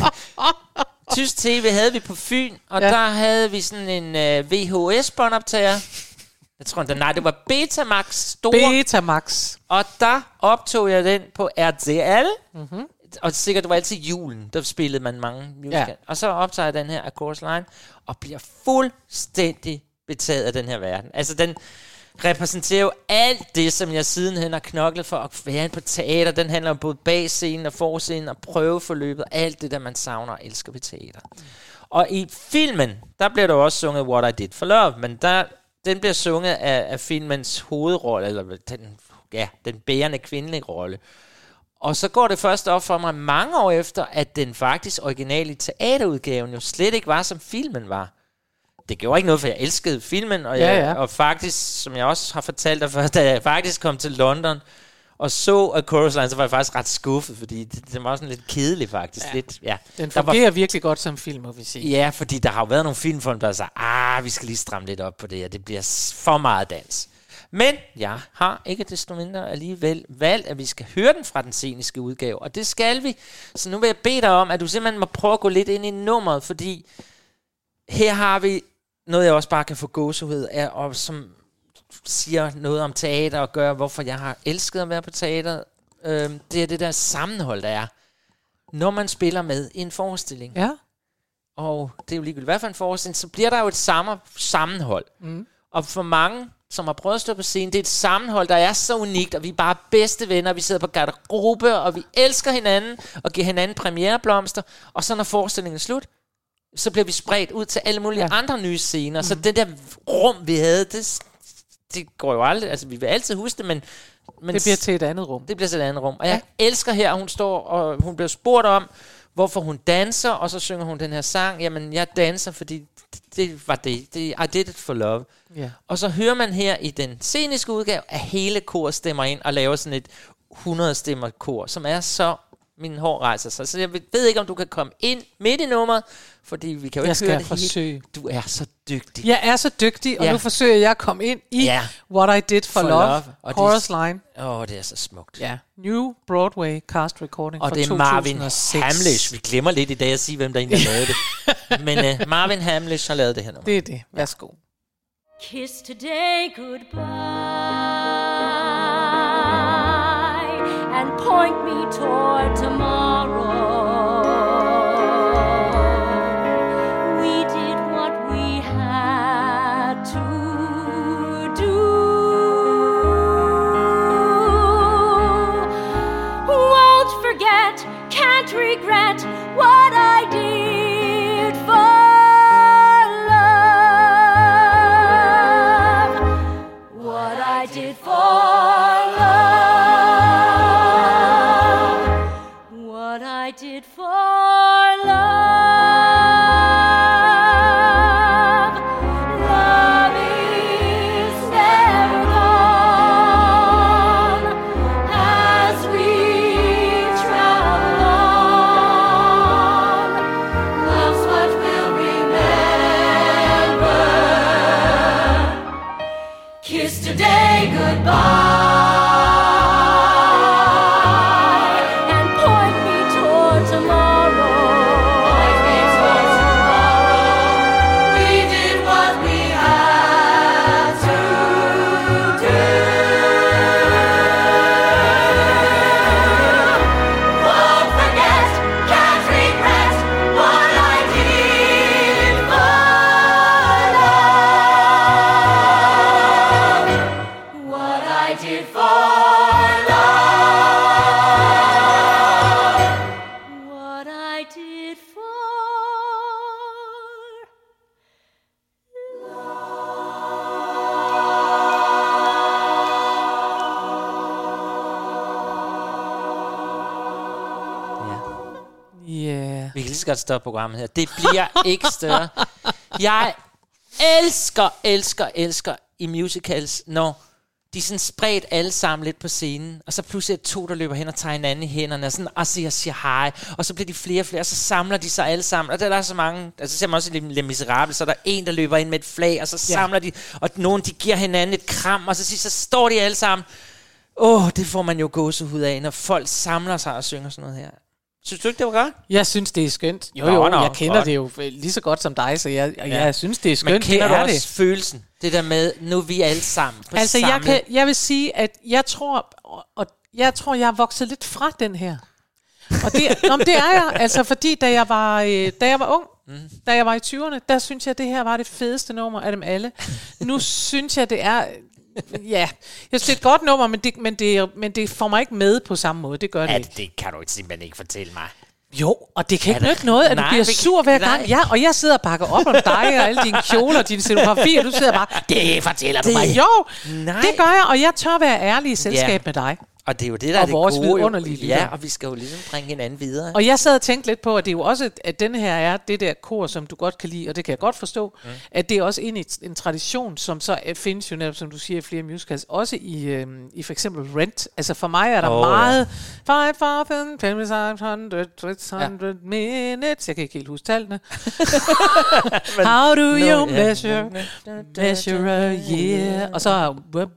Tysk T V havde vi på Fyn, og ja. der havde vi sådan en uh, V H S-båndoptager. Jeg tror, den, nej, det var Betamax store. Betamax. Og der optog jeg den på R T L, mm-hmm. og sikkert det var altid julen, der spillede man mange musical. Ja. Og så optager jeg den her A Chorus Line, og bliver fuldstændig betaget af den her verden. Altså den... repræsenterer jo alt det, som jeg sidenhen har knoklet for at være på teater. Den handler om både bagscenen og forscenen og prøveforløbet. Alt det, der man savner og elsker ved teater. Mm. Og i filmen, der bliver der også sunget What I Did For Love, men der, den bliver sunget af, af filmens hovedrolle, eller den, ja, den bærende kvindelige rolle. Og så går det først op for mig mange år efter, at den faktisk originale teaterudgaven jo slet ikke var, som filmen var. Det gjorde ikke noget, for jeg elskede filmen, og, jeg, ja, ja. og faktisk, som jeg også har fortalt dig før, da jeg faktisk kom til London og så A Chorus Line, så var jeg faktisk ret skuffet, fordi det, det var sådan lidt kedelig faktisk. Ja. Lidt, ja. Den fungerer var, virkelig godt som film, må vi sige. Ja, fordi der har jo været nogle filmfolk, der sagde, ah, vi skal lige stramme lidt op på det, og det bliver for meget dans. Men jeg har ikke desto mindre alligevel valgt, at vi skal høre den fra den sceniske udgave, og det skal vi. Så nu vil jeg bede dig om, at du simpelthen må prøve at gå lidt ind i nummeret, fordi her har vi noget, jeg også bare kan få gåsehud af, og som siger noget om teater, og gør, hvorfor jeg har elsket at være på teater. Øhm, det er det der sammenhold, der er, når man spiller med i en forestilling. Ja. Og det er jo ligegyldigt, hvad for en forestilling, så bliver der jo et samme sammenhold. Mm. Og for mange, som har prøvet at stå på scenen, det er et sammenhold, der er så unikt, og vi er bare bedste venner, vi sidder på garderobe, og vi elsker hinanden, og giver hinanden premiereblomster, og så når forestillingen er slut, så bliver vi spredt ud til alle mulige ja. andre nye scener. Mm. Så den der rum, vi havde, det, det går jo aldrig. Altså, vi vil altid huske det, men... men det bliver til et andet rum. Det bliver til et andet rum. Og jeg ja. elsker her, hun står, og hun bliver spurgt om, hvorfor hun danser, og så synger hun den her sang. Jamen, jeg danser, fordi det, det var det. det. I did it for love. Yeah. Og så hører man her i den sceniske udgave, at hele kor stemmer ind og laver sådan et hundrede stemmer kor, som er så... Min hår rejser sig. Så jeg ved ikke, om du kan komme ind midt i nummeret, fordi vi kan jo ikke høre det forsøge. hele. Du er så dygtig. Jeg er så dygtig, og ja. nu forsøger jeg at komme ind i ja. What I Did for, for Love, love. Og chorus line. Åh, oh, det er så smukt. Ja. New Broadway cast recording og fra det er to tusind og seks. Marvin Hamlish. Vi glemmer lidt i dag at sige, hvem der egentlig lavede det. Men uh, Marvin Hamlish har lavet det her nummer. Det er det. Værsgo. Kiss today goodbye and point me toward tomorrow. We did what we had to do. Won't forget, can't regret what I did for love. What I did for I did for love. Love is never gone as we travel on. Love's what we'll remember. Kiss today goodbye. Godt stoppe programmet her. Det bliver ikke større. Jeg elsker, elsker, elsker i musicals, når de er sådan spredt alle sammen lidt på scenen, og så pludselig er to, der løber hen og tager hinanden i hænderne, og, sådan, og siger, siger hej, og så bliver de flere og flere, og så samler de sig alle sammen, og der er så mange, altså så ser man også i Les Miserables, så er der en, der løber ind med et flag, og så samler ja. de, og nogen, de giver hinanden et kram, og så, siger, så står de alle sammen. Åh, oh, det får man jo gåsehud af, når folk samler sig og synger sådan noget her. Synes du ikke, det var godt? Jeg synes, det er skønt. Jo, jo, nå, jeg kender godt. Det jo lige så godt som dig, så jeg, jeg, ja. jeg synes, det er skønt. Men kender det du også det. følelsen? Det der med, nu er vi alle sammen på altså, samme... jeg, kan, jeg vil sige, at jeg tror, og jeg tror, jeg er vokset lidt fra den her. Og det, nå, det er jeg, altså, fordi da jeg var, øh, da jeg var ung, mm. da jeg var i tyverne, der synes jeg, at det her var det fedeste nummer af dem alle. Nu synes jeg, det er... Ja, jeg synes, det er et godt nummer, men det, men, det, men det får mig ikke med på samme måde. Det gør det ja, ikke. Det kan du simpelthen ikke fortælle mig. Jo, og det kan ikke nytte noget, at nej, du bliver sur hver gang. Ja, og jeg sidder og bakker op om dig og alle dine kjoler og dine scenografier, og du sidder bare, det fortæller du det, mig. Jo, nej. Det gør jeg, og jeg tør være ærlig i selskab ja. med dig. Og det er jo det, der og er det vores gode. Underlige ja, og vi skal jo ligesom bringe hinanden videre. Og jeg sad og tænkte lidt på, at det er jo også, at denne her er det der kor, som du godt kan lide, og det kan jeg godt forstå, mm. at det er også en, en tradition, som så findes jo netop, som du siger, i flere musicals, også i, øhm, i for eksempel Rent. Altså for mig er der oh, meget five thousand five hundred ja. minutes, jeg kan ikke helt huske tallene. How do you no, measure, measure a year? Og så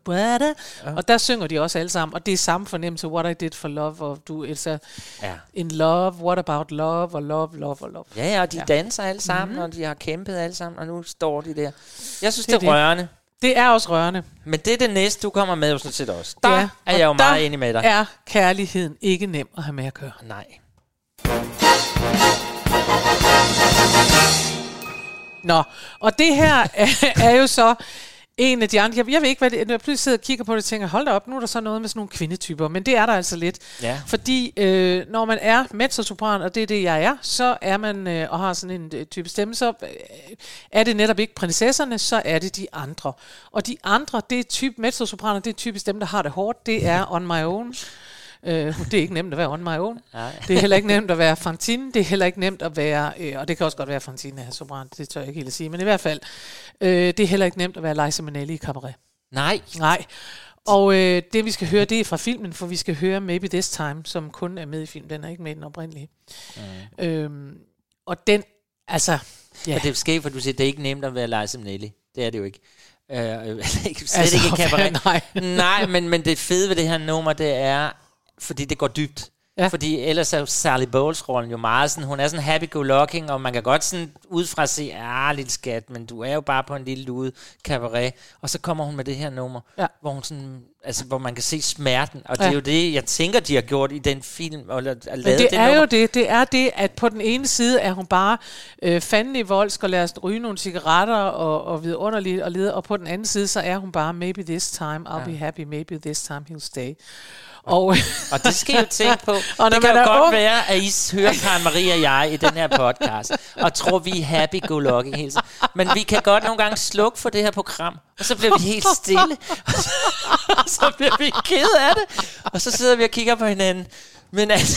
og der synger de også alle sammen, og det er samme fornemmelse, What I Did for Love, og du er ja. In Love, What About Love, og Love, Love, og Love. Ja, ja, og de ja. danser alle sammen, mm-hmm. og de har kæmpet alle sammen, og nu står de der. Jeg synes, det er, det er rørende. Det er også rørende. Men det er det næste, du kommer med, sådan set også. Der ja, er jeg jo meget enig med dig. Er kærligheden ikke nem at have med at gøre? Nej. Nå, og det her er, er jo så en af de andre, jeg, jeg ved ikke, hvad det er, når jeg pludselig sidder og kigger på det og tænker, hold da op, nu er der så noget med sådan nogle kvindetyper, men det er der altså lidt. Ja. Fordi øh, når man er mezzosopran, og det er det, jeg er, så er man, øh, og har sådan en øh, type stemme, så øh, er det netop ikke prinsesserne, så er det de andre. Og de andre, det er type mezzosopraner, det er typisk dem, der har det hårdt, det er On My Own. Øh, det er ikke nemt at være on my own. Det er heller ikke nemt at være Fantine. Det er heller ikke nemt at være, øh, og det kan også godt være Fantine her sopran, det tør jeg ikke helt at sige, men i hvert fald, øh, det er heller ikke nemt at være Liza Minnelli i Cabaret. Nej. Nej. Og øh, det vi skal høre, det er fra filmen, for vi skal høre Maybe This Time, som kun er med i filmen. Den er ikke med i den oprindelige. Mm. Øhm, og den, altså... Ja. Og det er skægt, for du siger, det er ikke nemt at være Liza Minnelli. Det er det jo ikke. Øh, slet altså, ikke i Cabaret. Nej, nej men, men det fede ved det her nummer, det er, fordi det går dybt. Ja. Fordi ellers er Sally Bowles-rollen jo meget sådan, hun er sådan happy-go-lucky, og man kan godt sådan udefra se, ah, lille skat, men du er jo bare på en lille lude Cabaret. Og så kommer hun med det her nummer, ja. hvor hun sådan, altså hvor man kan se smerten, og det ja. er jo det, jeg tænker, de har gjort i den film, og lavet det, det er nummer. jo det, det er det, at på den ene side er hun bare øh, fanden i voldsk og lader os ryge nogle cigaretter og, og vidunderligt og leder, og på den anden side, så er hun bare, maybe this time I'll ja. be happy, maybe this time he'll stay. Og, og det skal I jo tænke på. Og det kan jo godt ung... være, at I hører Karen Marie og jeg i den her podcast, og tror, vi er happy-go-lucky hele tiden. Men vi kan godt nogle gange slukke for det her program, og så bliver vi helt stille, og så, og så bliver vi ked af det, og så sidder vi og kigger på hinanden. Men altså...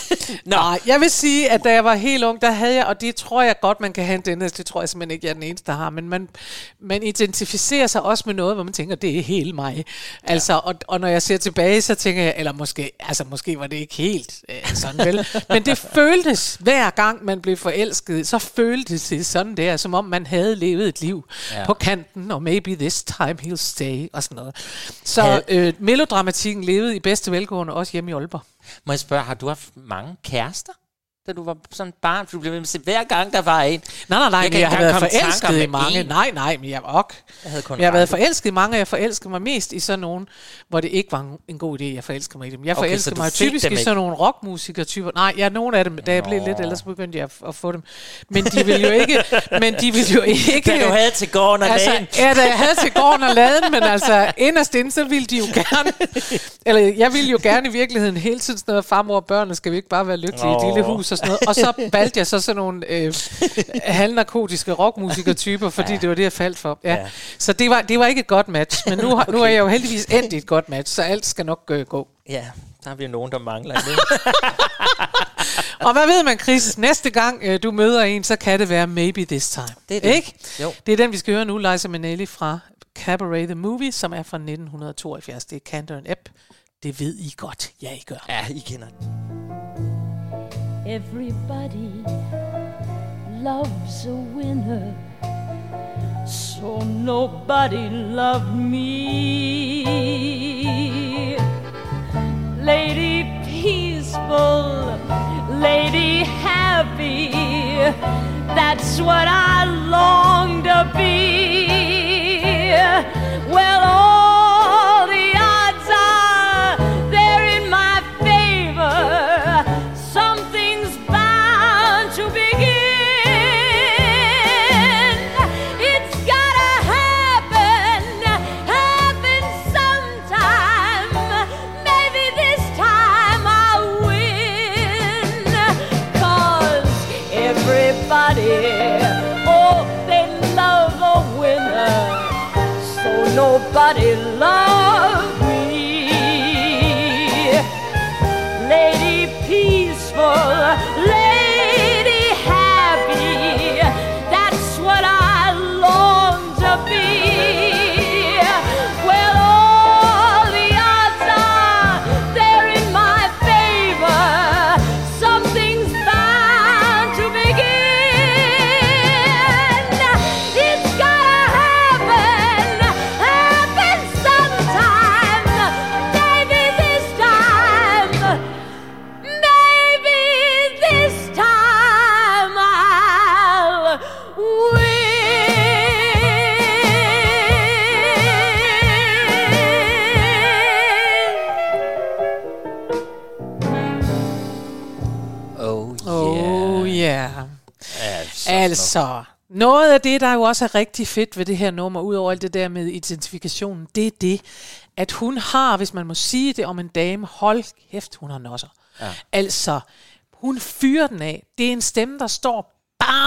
Nej, jeg vil sige, at da jeg var helt ung, der havde jeg, og det tror jeg godt, man kan have den, det tror jeg simpelthen ikke, jeg er den eneste, der har, men man, man identificerer sig også med noget, hvor man tænker, det er hele mig. Altså, ja. og, og når jeg ser tilbage, så tænker jeg, eller måske, altså måske var det ikke helt øh, sådan vel, men det føltes, hver gang man blev forelsket, så føltes det sådan der, som om man havde levet et liv ja. på kanten, og maybe this time he'll stay, og sådan noget. Så øh, melodramatikken levede i bedste velgående også hjemme i Aalborg. Må jeg spørge, har du haft mange kærester, da du var sådan barn? For du blev ved med at se, hver gang der var en. Nej, nej, nej, jeg men jeg har været forelsket i mange. En. Nej, nej, men jeg var ok. Jeg, havde kun jeg har været forelsket i mange, og jeg forelskede mig mest i sådan nogen, hvor det ikke var en god idé, jeg forelskede mig i dem. Jeg okay, forelskede mig typisk i sådan nogle rockmusikere-typer. Nej, ja, nogle af dem, da jeg blev lidt, ellers begyndte jeg at, at få dem. Men de ville jo ikke... men de ville jo ikke... Da du havde til gården og altså, laden. Ja, da jeg havde til gården og laden, men altså inderst inde, så ville de jo gerne... eller jeg ville jo gerne i virkeligheden hele tiden sådan noget, farmor og børnene skal vi ikke bare være lykkelige oh. i et lille hus og sådan noget. Og så valgte jeg så sådan nogle øh, halvnarkotiske rockmusikertyper, fordi ja. det var det, jeg faldt for. Ja. Ja. Så det var, det var ikke et godt match, men nu, okay. nu er jeg jo heldigvis endt i et godt match, så alt skal nok øh, gå. Ja, der har vi jo nogen, der mangler det. Og hvad ved man, Chris? Næste gang øh, du møder en, så kan det være Maybe This Time. Det er det. Ikke? Jo. Det er den, vi skal høre nu, Liza Minnelli fra Cabaret the Movie, som er fra nitten tooghalvfjerds. Det er Cantor and Ebb. Det ved I godt. Ja, I gør. Ja, I kender den. Everybody loves a winner, so nobody loved me. Lady peaceful, lady happy, that's what I long to be. Well, all the odds are they're in my favor. Something's bound to begin. It's gotta happen, happen sometime. Maybe this time I'll win. 'Cause everybody, oh, they love a winner. So nobody loved me. Lady peaceful, lady happy, that's what I long to be. Well, all the odds are they're in my favor. Something's bound to begin. It's gotta happen, happen sometime. Maybe this time, maybe this time I'll win. Oh yeah. Oh yeah. Altså, Altså, noget af det, der jo også er rigtig fedt ved det her nummer, udover alt det der med identifikationen, det er det, at hun har, hvis man må sige det om en dame, hold kæft, hun har nosser. Ja. Altså, hun fyrer den af. Det er en stemme, der står bare den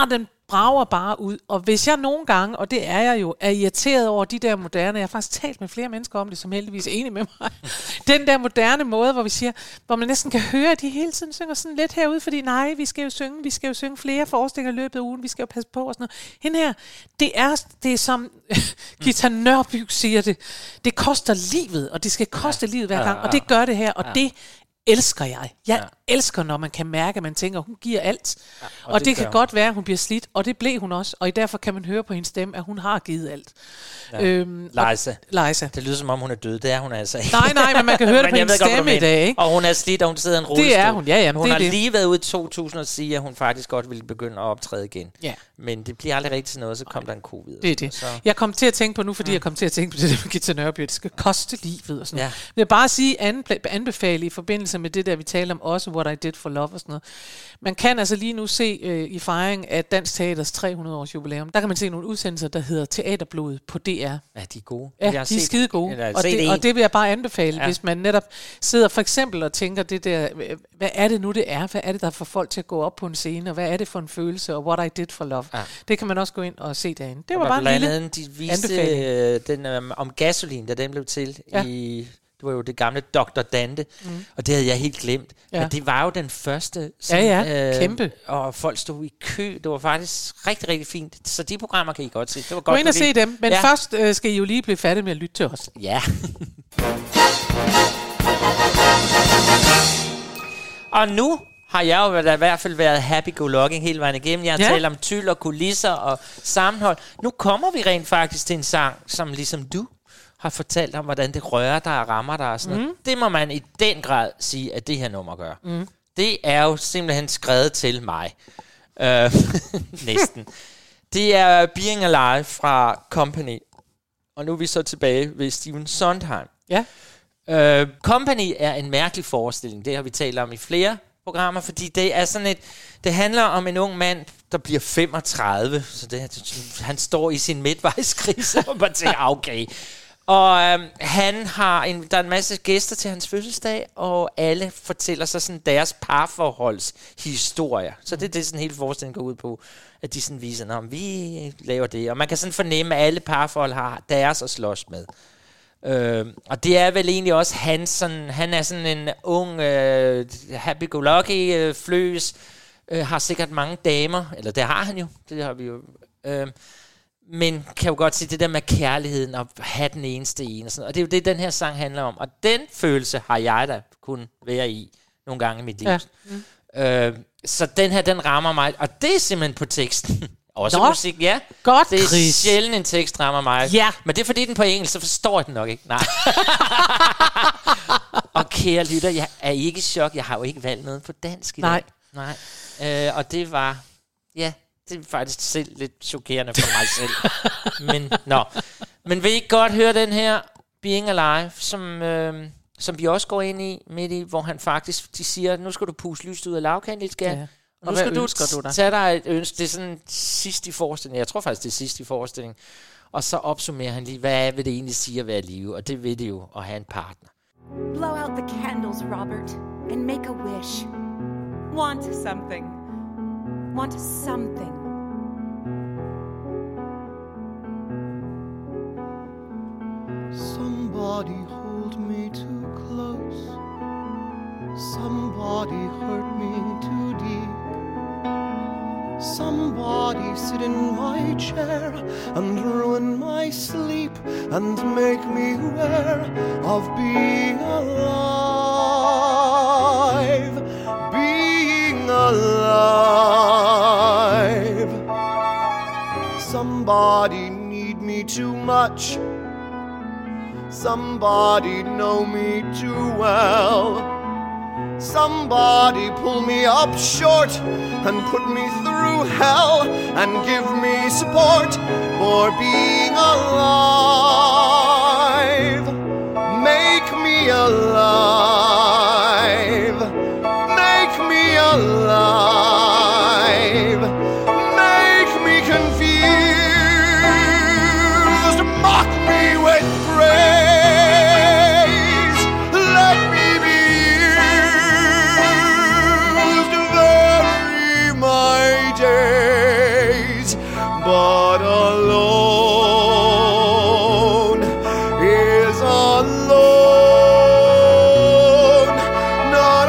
brager bare ud. Og hvis jeg nogle gange, og det er jeg jo, er irriteret over de der moderne, jeg har faktisk talt med flere mennesker om det, som heldigvis er enige med mig, den der moderne måde, hvor vi siger, hvor man næsten kan høre, at de hele tiden synger sådan lidt herude, fordi nej, vi skal jo synge, vi skal jo synge flere forestillinger i løbet af ugen, vi skal jo passe på og sådan noget. Hende her, det er, det er som Gita Nørby siger det, det koster livet, og det skal koste ja. livet hver gang, og det gør det her, og ja. det elsker jeg. Jeg ja. elsker, når man kan mærke, at man tænker, at hun giver alt. Ja, og, og det, det kan hun. godt være, at hun bliver slidt, og det blev hun også. Og derfor kan man høre på hendes stemme, at hun har givet alt. Ja. Øhm, Leisa. Leisa. Det lyder som om, hun er død. Det er hun altså ikke. Nej, nej, men man kan høre det på hendes stemme i dag. Ikke? Og hun er slidt, og hun sidder i en rullestol. Det er hun, ja, jamen, Hun det har det. lige været ude i to tusind og sige, at hun faktisk godt ville begynde at optræde igen. Ja. Men det bliver aldrig rigtigt til noget, så kom der en covid. Det er det. Så. Jeg kom til at tænke på nu, fordi mm. jeg kom til at tænke på det der med Gita Nørby, det skal koste livet og sådan ja. noget. Jeg vil bare sige, anbefale i forbindelse med det der, vi taler om også, What I Did for Love og sådan noget. Man kan altså lige nu se øh, i fejring af Dansk Teaters tre hundrede års jubilæum, der kan man se nogle udsendelser, der hedder Teaterblod på D R. Ja, de er gode. Ja, de er set, skide gode. Og det, og det vil jeg bare anbefale, ja. hvis man netop sidder for eksempel og tænker det der, hvad er det nu det er? Hvad er det, der får folk til at gå op på en scene? Og hvad er det for en følelse? Og What I Did for Love. Ja. Det kan man også gå ind og se derinde. Det var bare en lille andet, de viste øh, den um, om gasolin, da den blev til ja. i... Det var jo det gamle doktor Dante, mm. og det havde jeg helt glemt. Ja. Men det var jo den første. Sådan, ja, ja. Øh, kæmpe. Og folk stod i kø. Det var faktisk rigtig, rigtig fint. Så de programmer kan I godt se. Det var godt. Gå ind og se dem. Men ja. først øh, skal I jo lige blive færdige med at lytte til os. Ja. Og nu har jeg jo i hvert fald været happy-go-lucky hele vejen igennem. Jeg har ja. talt om tyld og kulisser og sammenhold. Nu kommer vi rent faktisk til en sang, som ligesom du har fortalt om, hvordan det rører dig og rammer dig og sådan mm. noget. Det må man i den grad sige, at det her nummer gør. Mm. Det er jo simpelthen skrevet til mig. Øh, næsten. Det er Being Alive fra Company. Og nu er vi så tilbage ved Stephen Sondheim. Ja. Øh, Company er en mærkelig forestilling. Det har vi talt om i flere programmer, fordi det er sådan et... Det handler om en ung mand, der bliver femogtredive. Så det, han står i sin midtvejskrise og bare tænker, okay... Og øhm, han har en, der er en masse gæster til hans fødselsdag, og alle fortæller sig sådan deres parforholdshistorier. Så det er det, sådan hele forestillingen går ud på, at de sådan viser, om vi laver det. Og man kan sådan fornemme, at alle parforhold har deres at slås med. Øhm, og det er vel egentlig også han, sådan, han er sådan en ung, øh, happy-go-lucky, øh, fløs, øh, har sikkert mange damer, eller det har han jo, det har vi jo... Øh, men kan jo godt se det der med kærligheden og have den eneste ene og sådan. Og det er jo det, den her sang handler om. Og den følelse har jeg da kun være i nogle gange i mit liv. Ja. Mm. Øh, så den her, den rammer mig. Og det er simpelthen på teksten. Også Nå, musik, ja. Godt, det er Chris. sjældent en tekst rammer mig. Ja. Men det er fordi den på engelsk, så forstår jeg den nok ikke. Nej. Og kære lytter, jeg er ikke i chok. Jeg har jo ikke valgt noget på dansk i Nej. dag. Nej. Øh, og det var... Ja... Det er faktisk selv lidt chokerende for mig selv. Men, nå. Men vil I godt høre den her Being Alive, som, øh, som vi også går ind i midt i, hvor han faktisk, de siger, nu skal du puste lyst ud af lavkagen, lille skær. Ja. Og nu skal du, du dig? tage dig et ønske. Det er sådan sidst i forestillingen. Jeg tror faktisk, det er sidst i forestillingen. Og så opsummerer han lige, hvad vil det egentlig sige at være i live? Og det vil det jo at have en partner. Blow out the candles, Robert, and make a wish. Want something. Want something. Somebody hold me too close. Somebody hurt me too deep. Somebody sit in my chair and ruin my sleep and make me aware of being alive. Being alive. Somebody need me too much. Somebody know me too well. Somebody pull me up short and put me through hell and give me support for being alive. Make me alive. Make me alive. Make me confused. Mock me with praise. Days. but alone is alone, not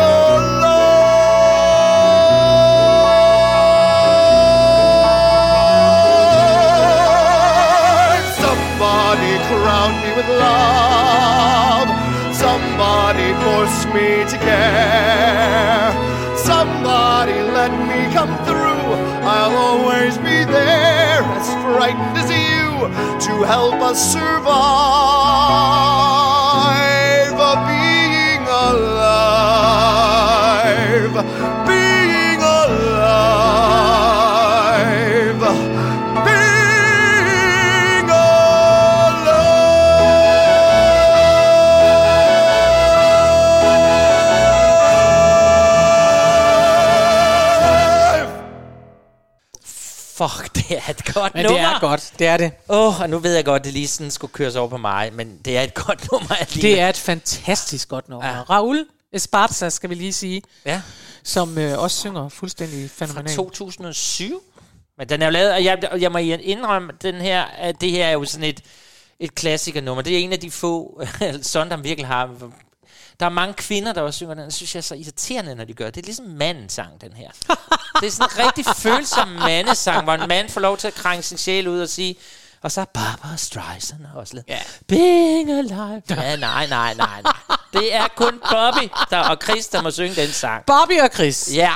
alone. Somebody crown me with love, somebody force me to care, somebody let me come through. I'll always be there, as frightened as you, to help us survive. Being alive, being alive, being alive. Fuck, det er et godt Men nummer. det er godt, det er det. Åh, oh, og nu ved jeg godt, at det lige sådan skulle køres over på mig, men det er et godt nummer alligevel. Det er et fantastisk godt nummer. Ja. Raul Esparza, skal vi lige sige, ja. som øh, også synger fuldstændig fænomenalt. Fra to tusind og syv. Men den er jo lavet, og jeg, jeg må indrømme, den her, at det her er jo sådan et, et klassikernummer. Det er en af de få, Sondheim virkelig har. Der er mange kvinder, der også synger den. Det synes jeg er så irriterende, når de gør det. Det er ligesom mandensang, den her. Det er sådan en rigtig følsom mandesang, hvor en mand får lov til at krænge sin sjæl ud og sige, og så Barbra Streisand også lidt. Yeah. Being alive. Ja, nej, nej, nej, nej. Det er kun Bobby der, og Chris, der må synge den sang. Bobby og Chris. Ja.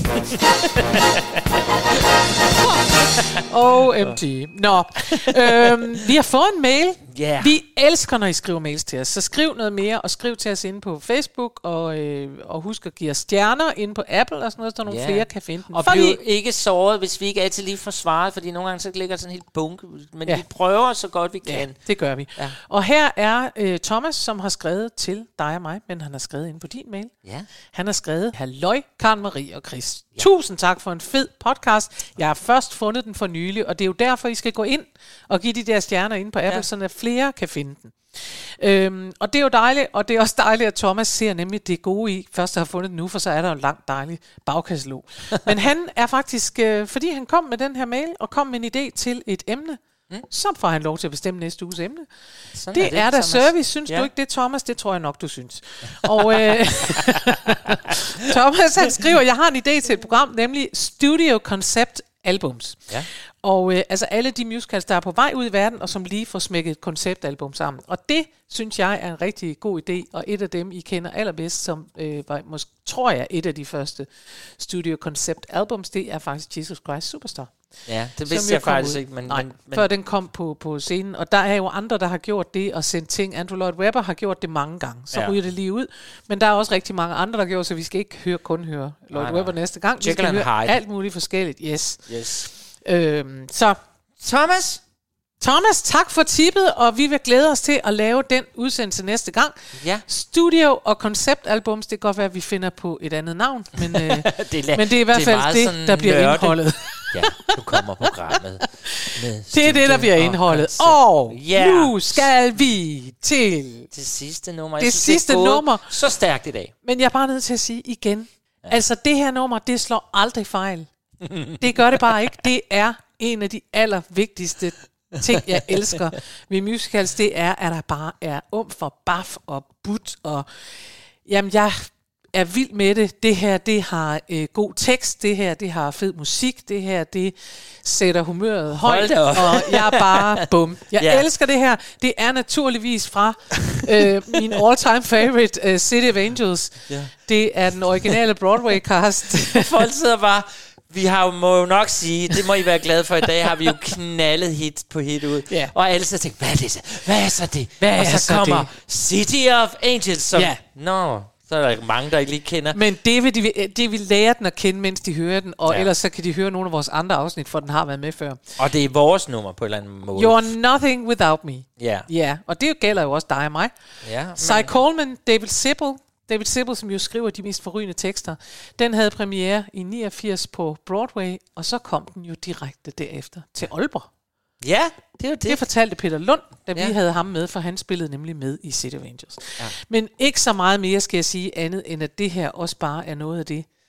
O M G. Nå, øhm, vi har fået en mail. Yeah. Vi elsker, når I skriver mails til os. Så skriv noget mere, og skriv til os inde på Facebook, og, øh, og husk at give os stjerner inde på Apple, og sådan noget, så nogle yeah. flere kan finde den. Og bliv ikke såret, hvis vi ikke altid lige får svaret, fordi nogle gange så ligger sådan en helt bunke, men ja. vi prøver så godt vi kan. Ja, det gør vi. Ja. Og her er øh, Thomas, som har skrevet til dig og mig, men han har skrevet ind på din mail. Ja. Han har skrevet, halløj, Karen Marie og Chris. Ja. Tusind tak for en fed podcast. Jeg har først fundet den for nylig, og det er jo derfor, I skal gå ind og give de der stjerner inde på Apple, ja. så flere kan finde den. Øhm, og det er jo dejligt, og det er også dejligt, at Thomas ser nemlig det gode i, først at have fundet den nu, for så er der jo en langt dejlig bagkatalog. Men han er faktisk, øh, fordi han kom med den her mail, og kom med en idé til et emne, mm. så får han lov til at bestemme næste uges emne. Sådan det er, det, er der service, synes ja. du ikke det, Thomas? Det tror jeg nok, du synes. Og øh, Thomas, han skriver, jeg har en idé til et program, nemlig Studio Concept Albums. Ja. Og øh, altså alle de musicals, der er på vej ud i verden, og som lige får smækket et konceptalbum sammen. Og det, synes jeg, er en rigtig god idé, og et af dem, I kender allerbedst, som øh, var, måske, tror jeg, et af de første Studio Concept Albums, det er faktisk Jesus Christ Superstar. Ja, det vidste jeg faktisk ud. ikke. Men, Nej, men, før den kom på, på scenen. Og der er jo andre, der har gjort det, og sendt ting. Andrew Lloyd Webber har gjort det mange gange. Så ja. ryger det lige ud. Men der er også rigtig mange andre, der gjort, så vi skal ikke høre, kun høre Lloyd nej, Webber nej. næste gang. Vi skal høre Hyde. Alt muligt forskelligt. Yes. yes. Øhm, så Thomas, Thomas, tak for tippet, og vi vil glæde os til at lave den udsendelse næste gang. Ja. Studio- og konceptalbums, det kan godt være, at vi finder på et andet navn, men, øh, det, er la- men det er i hvert fald det, det der bliver nørde. indholdet. Ja, nu kommer programmet. Det er det, der bliver indholdet. Og yeah. nu skal vi til det sidste nummer. Det synes, sidste det nummer. Så stærkt i dag. Men jeg er bare nødt til at sige igen, ja. altså det her nummer, det slår aldrig fejl. Det gør det bare ikke. Det er en af de allervigtigste ting, jeg elsker ved musicals, det er, at der bare er um for baf og but, og jamen, jeg er vild med det. Det her, det har øh, god tekst, det her, det har fed musik, det her, det sætter humøret højt, og jeg er bare bum. Jeg yeah. elsker det her. Det er naturligvis fra øh, min all-time favorite, uh, City of Angels. Yeah. Det er den originale Broadway-cast. Folk sidder bare... Vi har jo, må jo nok sige, det må I være glade for, i dag har vi jo knaldet hit på hit ud. Yeah. Og alle så tænker, hvad er det så? Hvad er så det? Hvad og så, så kommer det? City of Angels, som... Yeah. Nå, så er der mange, der ikke lige kender. Men det vil, de, det vil lære den at kende, mens de hører den, og ja. ellers så kan de høre nogle af vores andre afsnit, for den har været med før. Og det er vores nummer på en eller anden måde. You're Nothing Without Me. Ja. Yeah. Ja, yeah. Og det gælder jo også dig og mig. Ja, Cy men... Coleman, David Sibbel, David Sibbel, som jo skriver de mest forrygende tekster, den havde premiere i niogfirs på Broadway, og så kom den jo direkte derefter til Aalborg. Ja, det er jo det. Det fortalte Peter Lund, da ja. vi havde ham med, for han spillede nemlig med i City of Angels. Ja. Men ikke så meget mere skal jeg sige andet, end at det her også bare er noget af det,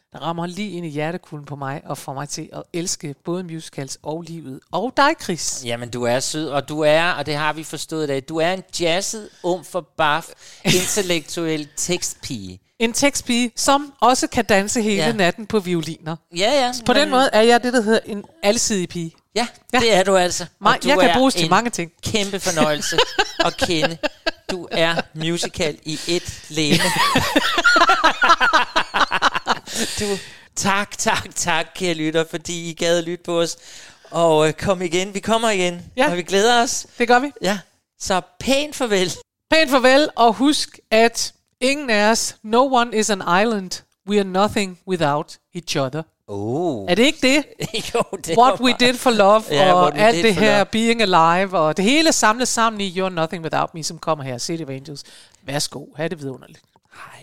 der rammer lige ind i hjertekuglen på mig, og får mig til at elske både musicals og livet. Og dig, Chris. Jamen, du er sød, og du er, og det har vi forstået i dag, du er en jazzet, um for baf, intellektuel tekstpige. En tekstpige, som også kan danse hele Ja. natten på violiner. Ja, ja. På den måde er jeg det, der hedder en alsidig pige. Ja, ja, det er du altså. Ma- Og du jeg kan er bruges til en mange ting. Kæmpe fornøjelse at kende. Du er musical i et læme. du, tak, tak, tak, kære lytter, fordi I gad at lytte på os. Og øh, kom igen, vi kommer igen, ja. og vi glæder os. Det gør vi. Ja, så pænt farvel. Pænt farvel, og husk, at ingen af os, no one is an island, we are nothing without each other. Oh. Er det ikke det? jo, det What we did for love, ja, og alt det her love. being alive, og det hele samlet sammen i You're Nothing Without Me, som kommer her, City of Angels. Værsgo, ha' det vidunderligt. Hej.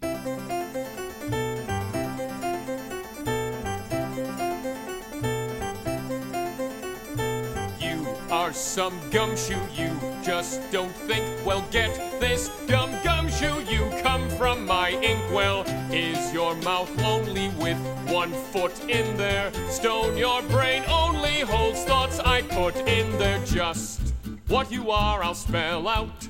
Are some gumshoe, you just don't think. Well, get this gum gumshoe, you come from my inkwell. Is your mouth lonely with one foot in there? Stone, your brain only holds thoughts I put in there. Just what you are, I'll spell out.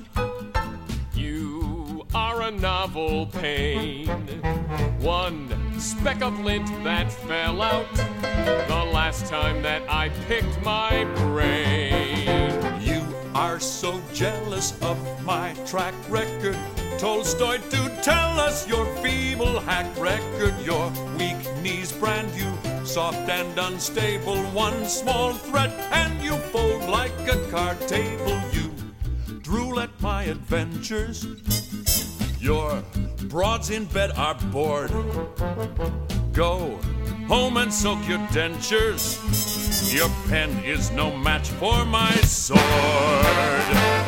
You are a novel pain, one speck of lint that fell out the last time that I picked my brain. You are so jealous of my track record. Tolstoy to tell us your feeble hack record. Your weak knees brand you soft and unstable. One small threat and you fold like a card table. You drool at my adventures. Your broads in bed are bored. Go home and soak your dentures. Your pen is no match for my sword.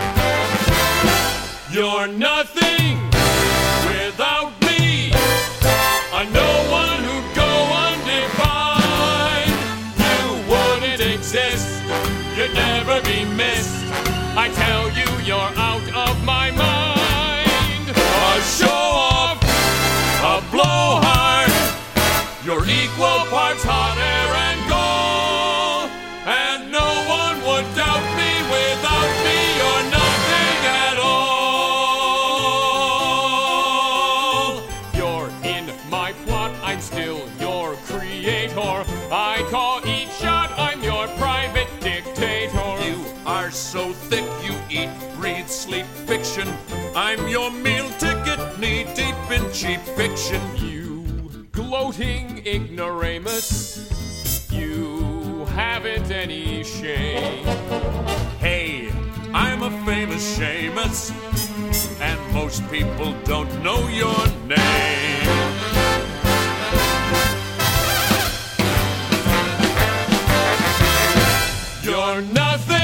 You're nothing without me. I know one who'd go undefined. You wouldn't exist. You'd never be missed. I tell you, you're out of my mind. A show off, a blowhard. You're equal parts hot air and gold. And no one would doubt me. Without me, you're nothing at all. You're in my plot, I'm still your creator. I call each shot, I'm your private dictator. You are so thick, you eat, breathe, sleep fiction. I'm your meal ticket, knee deep in cheap fiction. You gloating ignoramus, you haven't any shame. Hey, I'm a famous Seamus, and most people don't know your name. You're nothing